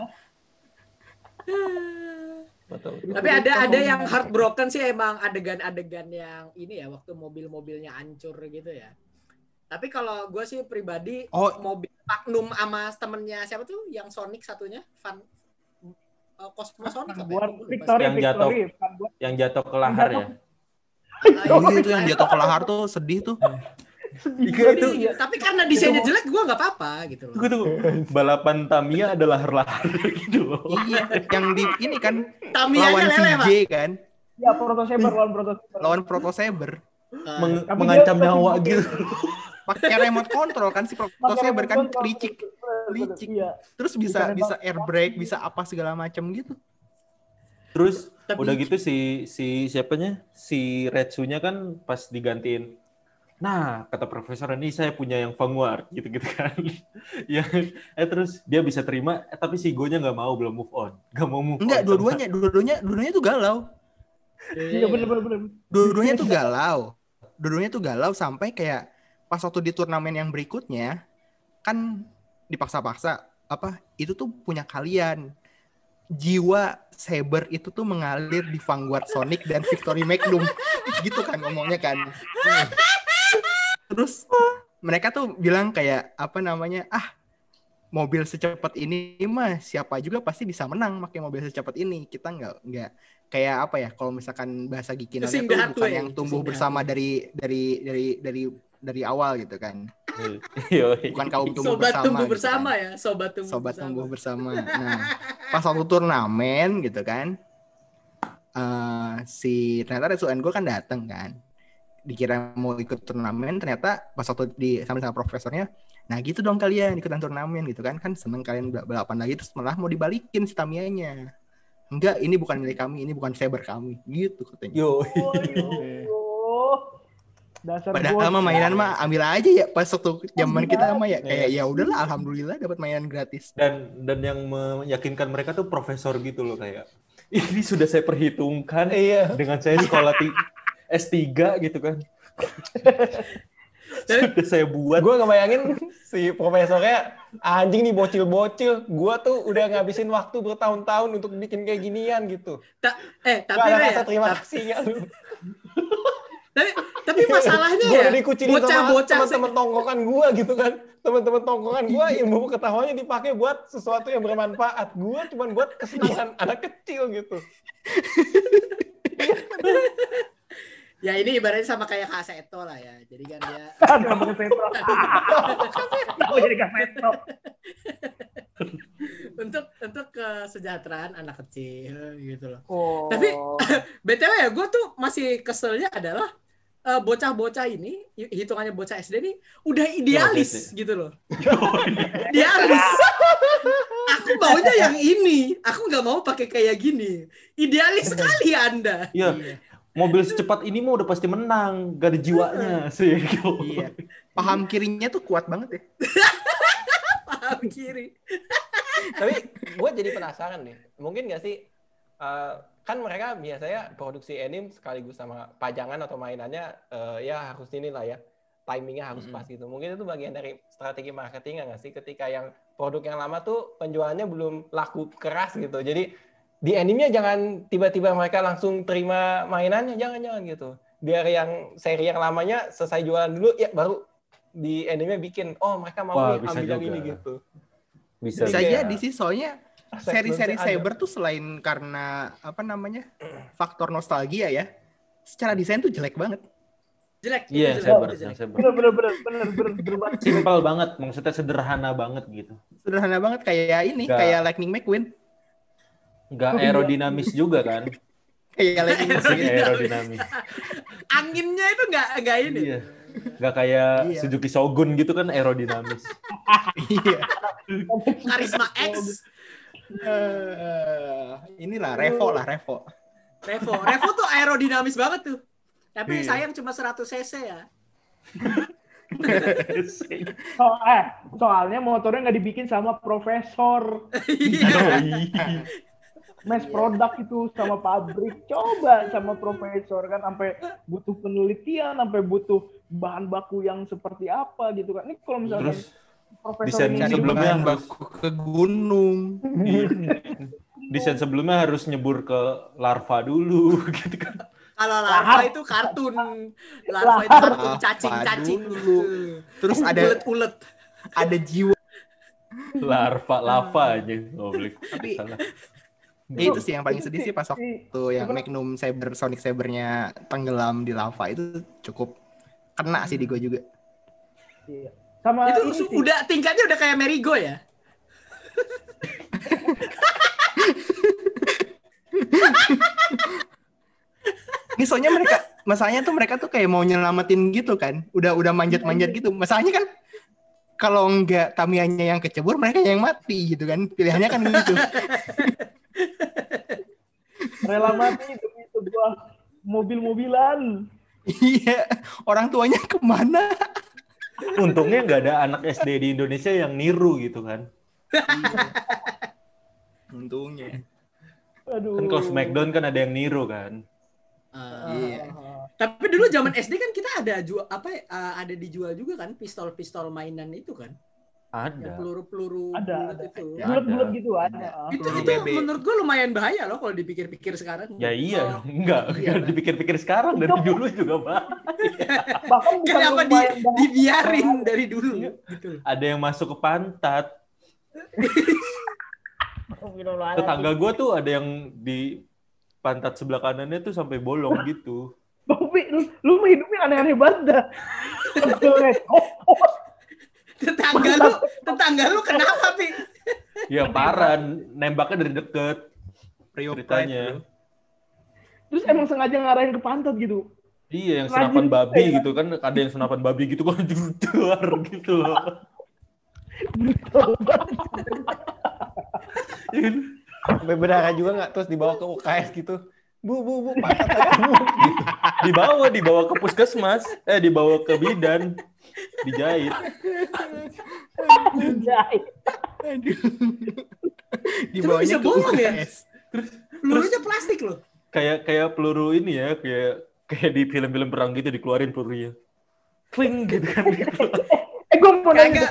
Betul. Tapi ada ada yang heartbroken sih emang adegan-adegan yang ini ya waktu mobil-mobilnya hancur gitu ya. Tapi kalau gue sih pribadi Oh. mobil Magnum sama temennya siapa tuh yang Sonic satunya Van uh, Cosmo Sonic apa ya? Buat Gua lupa Victory, Yang jatuh. Victory. Bukan buat- Yang jatuh ke lahar ya. sih. Oh iya itu yang jatuh ke lahar tuh sedih tuh. sedih Iya, banget. itu. Iya, tapi karena desainnya jelek gue nggak apa-apa gitu loh. Tunggu tunggu. Balapan Tamiya ada lahar-lahar gitu loh. Iya, yang di ini kan Tamiya-nya lawan lele, Pak. C J kan, Ya Proto Saber lawan Proto Saber. lawan Proto Saber. Uh, Meng- Tapi mengancam dia- nyawa gitu. Pakai remote control kan si Proto Pakai Saber kan remote control. licik. Bener, bener. licik. Iya. Terus bisa Bukan bisa emang- air brake, bisa apa segala macam gitu. Terus Tapi- udah gitu si si siapanya si Retsunya kan pas digantiin. Nah, kata profesor ini saya punya yang Vanguard gitu-gitu kan. Ya, eh terus dia bisa terima, eh, tapi si Go-nya nggak mau, belum move on. Nggak mau move Enggak, on. dua-duanya, dua-duanya, dua-duanya tuh galau. Iya bener bener bener. Dua-duanya tuh galau. Dua-duanya tuh galau sampai kayak pas waktu di turnamen yang berikutnya kan dipaksa-paksa apa itu tuh punya kalian. jiwa Saber itu tuh mengalir di Vanguard Sonic dan Victory Magnum. Gitu kan ngomongnya kan. Terus mereka tuh bilang kayak apa namanya? Ah, mobil secepat ini mah siapa juga pasti bisa menang pakai mobil secepat ini. Kita nggak nggak kayak apa ya? Kalau misalkan bahasa gikinannya Kesing tuh datu bukan ya, yang tumbuh kesing bersama datu. dari dari dari dari dari awal gitu kan. Yoi. Bukan kaum tumbuh Sobat bersama. tumbuh gitu bersama kan. ya, sobat tumbuh Sobat bersama. tumbuh bersama. Nah, pas waktu turnamen gitu kan, uh, si ternyata Retsuan gue kan dateng kan, dikira mau ikut turnamen, ternyata pas waktu di sama sama profesornya, nah gitu dong kalian ikutan turnamen gitu kan, kan seneng kalian balapan lagi, terus malah mau dibalikin si Tamiya-nya. Enggak, ini bukan milik kami, ini bukan Saber kami, gitu katanya. Yo. Dasar Padahal mah bocah. mainan mah ambil aja ya pas waktu zaman kita mah ya kayak ya udahlah alhamdulillah dapat mainan gratis. Dan dan yang meyakinkan mereka tuh profesor gitu loh kayak ini sudah saya perhitungkan iya. dengan saya sekolah ti- S tiga gitu kan. Sudah saya buat. Gue ngebayangin si profesornya anjing nih bocil-bocil. Gue tuh udah ngabisin waktu bertahun-tahun untuk bikin kayak ginian gitu. Ta- eh tapi Gak ada Re, rasa ya, terima ta- kasih ya lu. tapi tapi masalahnya Gue ya udah dikucilin sama bocah-bocah teman-teman tongkongan gue gitu kan. Teman-teman tongkongan gue ilmu pengetahuannya dipakai buat sesuatu yang bermanfaat. Gue cuma buat kesenangan anak kecil gitu. ya ini ibaratnya sama kayak Kak Seto lah ya. Jadi kan dia Aduh, abang Seto. Kok jadi Kak Seto? untuk untuk kesejahteraan anak kecil gitu loh. Oh. Tapi B T W ya gue tuh masih keselnya adalah uh, bocah-bocah ini hitungannya bocah S D ini udah idealis gitu loh. Idealis. Aku maunya yang ini. Aku nggak mau pakai kayak gini. Idealis sekali Anda. Iya. Mobil secepat ini mah udah pasti menang, gak ada jiwanya sih. Iya. Paham kirinya tuh kuat banget ya. Paham kiri. Tapi gue jadi penasaran nih. Mungkin nggak sih uh, kan mereka biasanya produksi anime sekaligus sama pajangan atau mainannya uh, ya harus inilah ya timingnya harus pas gitu. Mungkin itu bagian dari strategi marketing nggak sih ketika yang produk yang lama tuh penjualannya belum laku keras gitu. Jadi di animenya jangan tiba-tiba mereka langsung terima mainannya, jangan-jangan gitu. Biar yang seri yang lamanya selesai jualan dulu ya baru di anime bikin oh mereka mau Wah, nih bisa ambil yang juga. ini gitu. Bisa. Bisa Iya. jadi sih soalnya seri-seri Saber tuh selain karena apa namanya faktor nostalgia ya, secara desain tuh jelek banget. Jelek. Iya, itu jelek, Saber, itu jelek. Saber. Bener bener bener bener bener bener banget. Simpel banget, maksudnya sederhana banget gitu. Sederhana banget kayak ini, Nggak. kayak Lightning McQueen, Nggak aerodinamis juga kan? kayak Lightning Masih McQueen. aerodinamis. Anginnya itu nggak nggak ini. Iya. Nggak kayak Iya. Suzuki Shogun gitu kan aerodinamis. Iya. Karisma X. Eh, inilah Revo lah Revo. Revo. Revo tuh aerodinamis banget tuh. Tapi Iya. sayang cuma seratus cc ya. So, eh, soalnya motornya nggak dibikin sama profesor. Iya. Mass product itu sama pabrik. Coba sama profesor kan sampai butuh penelitian, sampai butuh bahan baku yang seperti apa gitu kan. Ini kalau misalkan Terus profesor desain ini Cari sebelumnya bahan harus- baku ke gunung. desain sebelumnya harus nyebur ke larva dulu gitu kan. Kalau larva itu kartun. Larva itu kartun Larva cacing-cacing dulu. gitu. Terus ada ulet-ulet. ada jiwa. Larva lava aja. Oh, Tapi- salah. Ya, itu sih yang paling sedih sih pas waktu yang Magnum Saber Sonic Sabernya tenggelam di lava itu cukup kena sih di gue juga. Iya. Sama Itu ini su- sih. udah tingkatnya udah kayak Merigo ya. Ini soalnya mereka, masalahnya tuh mereka tuh kayak mau nyelamatin gitu kan, udah udah manjat-manjat gitu. Masalahnya kan kalau nggak Tamiya-nya yang kecebur, mereka yang mati gitu kan. Pilihannya kan gitu. Rela mati demi sebuah mobil-mobilan. Iya, orang tuanya kemana? Untungnya nggak ada anak S D di Indonesia yang niru gitu kan. Untungnya. Aduh. Kan kalau Smackdown kan ada yang niru kan. Ah. Iya. Tapi dulu zaman S D kan kita ada jual apa ya, uh, ada dijual juga kan pistol-pistol mainan itu kan. Ada. peluru-peluru Ada, bulat ada. itu. Ya, Bulat-bulat ada. gitu ada. Itu Peluru itu B B. menurut gue lumayan bahaya loh kalau dipikir-pikir sekarang. Ya iya, Oh, enggak. iya lah. Dipikir-pikir sekarang dari dulu juga, Pak. Bahkan bukan Kenapa di, lumayan bahaya. dibiarin dari dulu gitu. Ada yang masuk ke pantat. Tetangga gue tuh ada yang di pantat sebelah kanannya tuh sampai bolong gitu. Bobby, lu, lu mah hidupnya aneh-aneh banget dah. Oh, oh. Tetangga lu, tetangga lu kenapa, Pi? Ya parah, nembaknya dari deket. Priok Ceritanya. Terus emang sengaja ngarahin ke pantat gitu. Iya, yang Rajin senapan juga babi ya. gitu kan. Ada yang senapan babi gitu kan. Duar gitu loh. Brutal banget. Sampai berdarah juga nggak, terus dibawa ke U K S gitu. Bu, bu, bu, pantat saya, bu. Gitu. Dibawa, dibawa ke puskesmas. Eh, dibawa ke bidan. Dijahit. Anjay. Aduh. Di Cuma bisa bawahnya ke bolong ya? U K S. Pelurunya plastik loh. Kayak kayak peluru ini ya, kayak kayak di film-film perang gitu dikeluarin pelurunya. Kling gitu kan. Eh, gue mau nanya. Kagak.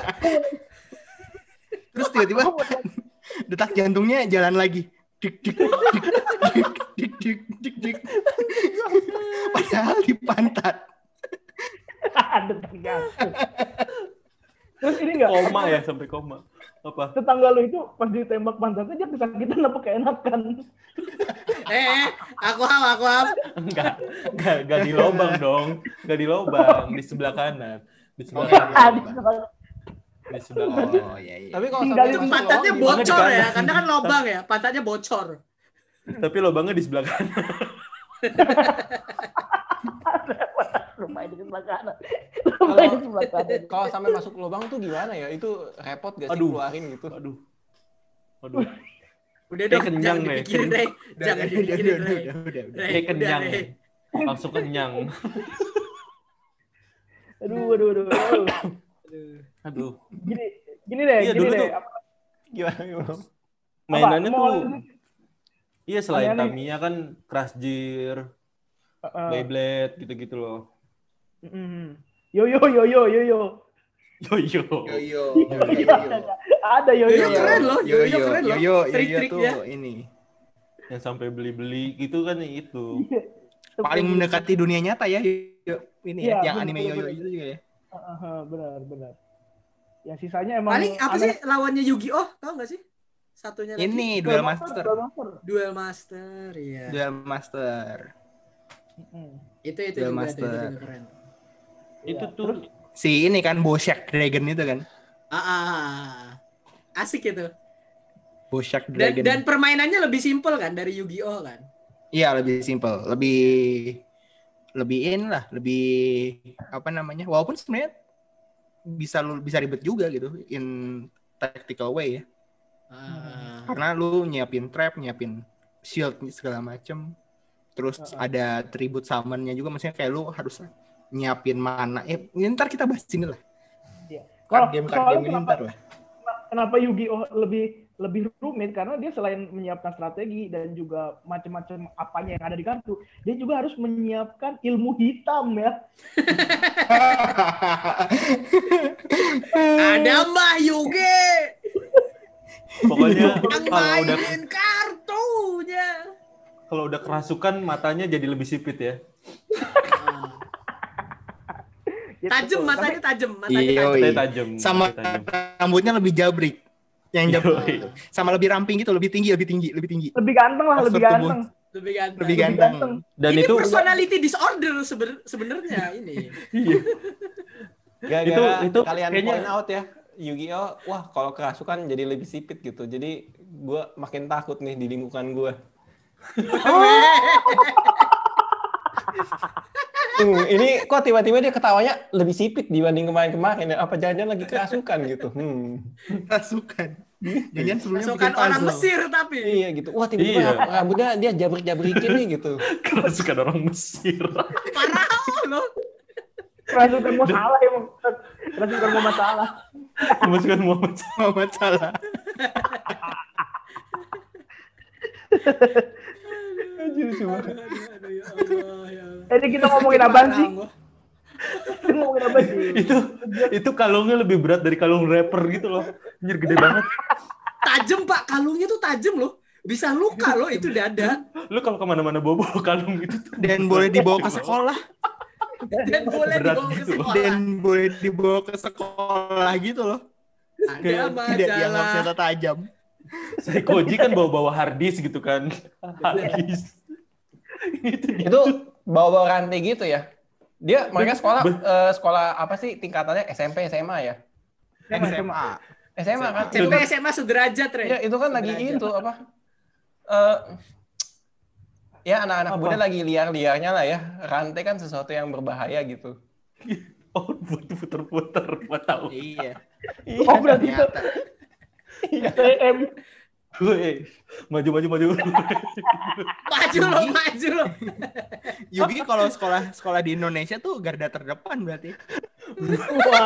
Terus tiba-tiba detak jantungnya jalan lagi. Dik dik dik dik dik dik dik dik. Padahal di pantat. Ada tergantung. Terus ini enggak? Koma ya, sampai koma. Apa? Tetangga lu itu pas ditembak pantatnya dia kesakitan apa keenakan? Eh, aku ham, aku ham. Enggak, enggak, enggak di lobang dong. Enggak di lobang, di sebelah kanan. Di sebelah Oh, iya. kanan. Di sebelah kanan. Oh iya iya. Tapi kalau Tinggal sampai itu masuk Pantatnya lubang, Lubangnya di bocor ya, kanan. karena kan lobang ya. Pantatnya bocor. Tapi lobangnya di sebelah kanan. Rumahnya di sebelah kanan. Rumahnya di sebelah kanan. kalau sampai masuk lubang tuh gimana ya? Itu repot gak sih Aduh. keluarin gitu? Aduh. Aduh. Udah Kayak dong, kenyang jangan deh. dipikirin, Rey. Jangan Udah, dipikirin, udah, Rey. udah, udah, udah. Rey, Kayak udah, kenyang. Rey. Langsung kenyang. Aduh, aduh, aduh. aduh. Aduh. Gini, gini deh, Iya, gini dulu deh. tuh. Apa- Gimana? gimana? Mainannya mau- tuh iya selain Aneh-aneh. Tamiya kan Crash Gear, Uh, Beyblade gitu-gitu loh. mm. Yo yo yo yo yo yo. Yo yo. Yo yo. Yo, yo. Ada yo yo. Yo-yo keren loh, Yo yo-yo yo keren yo loh. yo yo yo Trik-triknya. tuh ini Yang sampai beli-beli gitu kan itu. paling mendekati dunia nyata ya. Yo, ini Iya, ya, yang bener, anime bener, yo yo bener. itu juga ya. Uh, benar benar. Yang sisanya emang Paling apa aneh- sih lawannya Yu-Gi-Oh? Tahu nggak sih? Satunya lagi. Ini Duel Master. Duel Master. Duel Master, iya. Duel Master. Mm. Itu itu Duel juga, Master. itu juga keren. Itu Iya, tuh terus Si ini kan Boshak Dragon itu kan. Ah, ah, ah. Asik itu. Boshak Dan, Dragon. dan permainannya lebih simpel kan dari Yu-Gi-Oh kan. Iya, lebih simple, lebih lebih in lah, lebih apa namanya? Walaupun sebenarnya bisa lu bisa ribet juga gitu in tactical way ya. Ah. Karena lu nyiapin trap, nyiapin shield segala macem. Terus Uh-uh. ada tribute summon-nya juga, maksudnya kayak lu harus nyiapin mana. Eh, ini ntar kita bahas ini lah. Iya. Card Kalau game, card soalnya game ini kenapa, ntar lah. kenapa Yu-Gi-Oh lebih lebih rumit karena dia selain menyiapkan strategi dan juga macam-macam apanya yang ada di kartu, dia juga harus menyiapkan ilmu hitam ya. Ada Mbah Yuge pokoknya yang kalau udah mainin kartunya. kalau udah kerasukan matanya jadi lebih sipit ya. Ah. Gitu. Tajam matanya tajam, matanya Iya, tajam. Matanya tajam. Sama matanya tajam. rambutnya lebih jabrik. Yang jabrik. Yoi. Sama lebih ramping gitu, lebih tinggi, lebih tinggi, lebih tinggi. Lebih ganteng lah, Postur lebih tubuh. ganteng. Lebih ganteng. Lebih Lebih ganteng. ganteng. Dan ini itu personality disorder seben- sebenarnya ini. iya. Gara-gara Itu- itu kalian kayaknya- point out ya, Yu-Gi-Oh, wah kalau kerasukan jadi lebih sipit gitu. Jadi gue makin takut nih di lingkungan gue. Hmm, ini kok tiba-tiba dia ketawanya lebih sipit dibanding kemarin-kemarin ya? Apa jangan-jangan lagi kerasukan gitu? Hmm. Rasukan. Jangan sebelumnya Pasukan bikin orang puzzle. Mesir tapi. Iya gitu. Wah tiba-tiba Iya. rambutnya dia jabrik-jabrikin nih gitu. Kerasukan orang Mesir. Parah loh. Kerasukan mau salah emang. Kerasukan mau masalah. Kerasukan Muhammad. Muhammad Salah. Anjir, cuma. Aduh, aduh, ya Allah, ya Allah. Jadi kita ngomongin apaan sih? Parah, gua. Itu ngomongin apa sih? itu itu kalungnya lebih berat dari kalung rapper gitu loh. Anjir gede banget. Tajem Pak, kalungnya tuh tajem loh. Bisa luka loh itu dada. Lu kalau kemana-mana bawa kalung gitu tuh. Dan boleh dibawa ke sekolah. Dan boleh Berat dibawa ke gitu. sekolah. Dan boleh dibawa ke sekolah gitu loh. Ada Tidak dianggap majalah. senjata tajam. Saikoji kan bawa-bawa harddisk gitu kan. Harddisk. Itu Itu bawa-bawa rantai gitu ya. Dia mereka sekolah Ben- eh, sekolah apa sih tingkatannya S M P S M A ya? S M A. S M A kan. S M Itu P kan, S M A sederajat, Re. ya, itu kan lagi Sederajat. itu apa? Eh ya anak-anak Apa? muda lagi liar-liarnya lah ya. Rantai kan sesuatu yang berbahaya gitu. Oh, buat puter-puter, buat tahu. Iya. Oh berarti itu Ternyata. T M. Gue maju maju maju. Maju lo, maju lo. Yugi kalau sekolah sekolah di Indonesia tuh garda terdepan berarti. Wah.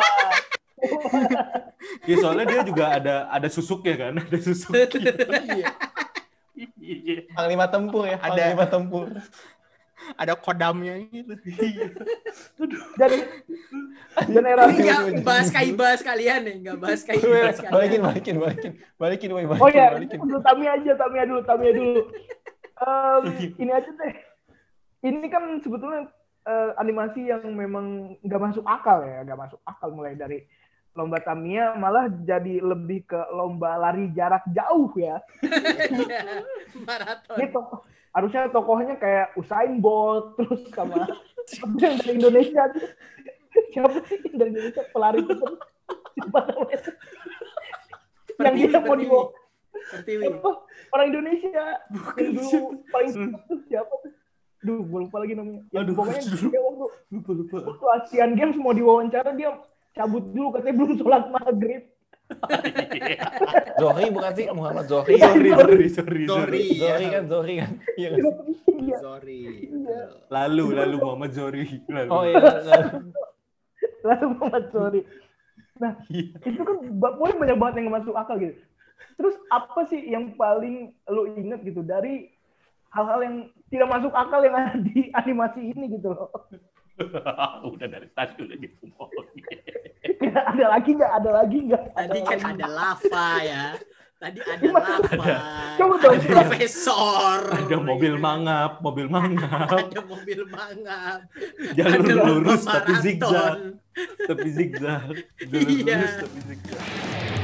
Ya soalnya dia juga ada ada susuknya kan, ada susuk. Iya. Iya. Panglima tempur ya, Ada- panglima tempur. Ada kodamnya gitu. Dan dan era Ini nggak bahas kaibas kalian nih, nggak bahas kaibas kalian. Balikin, balikin, balikin. Balikin, woy, balikin, Oh ya, balikin. dulu Tamiya aja, Tamiya dulu, Tamiya dulu. Em, ini aja deh. Ini kan sebetulnya eh, animasi yang memang nggak masuk akal ya, nggak masuk akal mulai dari lomba Tamiya malah jadi lebih ke lomba lari jarak jauh ya. Iya, maraton. Ini tokoh, harusnya tokohnya kayak Usain Bolt terus sama siapa yang dari Indonesia tuh? Siapa sih yang dari Indonesia pelari itu? Siapa namanya? Yang dia mau Pertiwi, dibawa Pertiwi. apa? Orang Indonesia yang dulu paling sukses tuh siapa tuh? Duh, gue lupa lagi namanya. Yang Aduh, pokoknya dulu. dia waktu, Lupa lupa. waktu Asian Games mau diwawancara dia cabut dulu katanya belum sholat maghrib. Zohri bukan sih? Muhammad Zohri. Sorry sorry sorry Sorry. sorry. Zohri kan, Zohri kan. Iya nggak sih? Iya. Sorry. Lalu lalu Muhammad Zori. Lalu. Oh iya. lalu. Lalu Muhammad sorry. Nah, Iya. itu kan ba- boleh banyak banget yang nggak masuk akal gitu. Terus apa sih yang paling lo inget gitu dari hal-hal yang tidak masuk akal yang ada di animasi ini gitu loh? Udah dari tadi udah gitu. Ada lagi nggak? Ada lagi nggak? Tadi kan ada lava ya. Tadi ada Gimana? lava. Coba dong. Ada profesor. Ada mobil mangap, mobil mangap, Ada mobil mangap. jalur Ada lomba lurus tapi maraton. zigzag, tapi zigzag, jalur Iya. lurus tapi zigzag.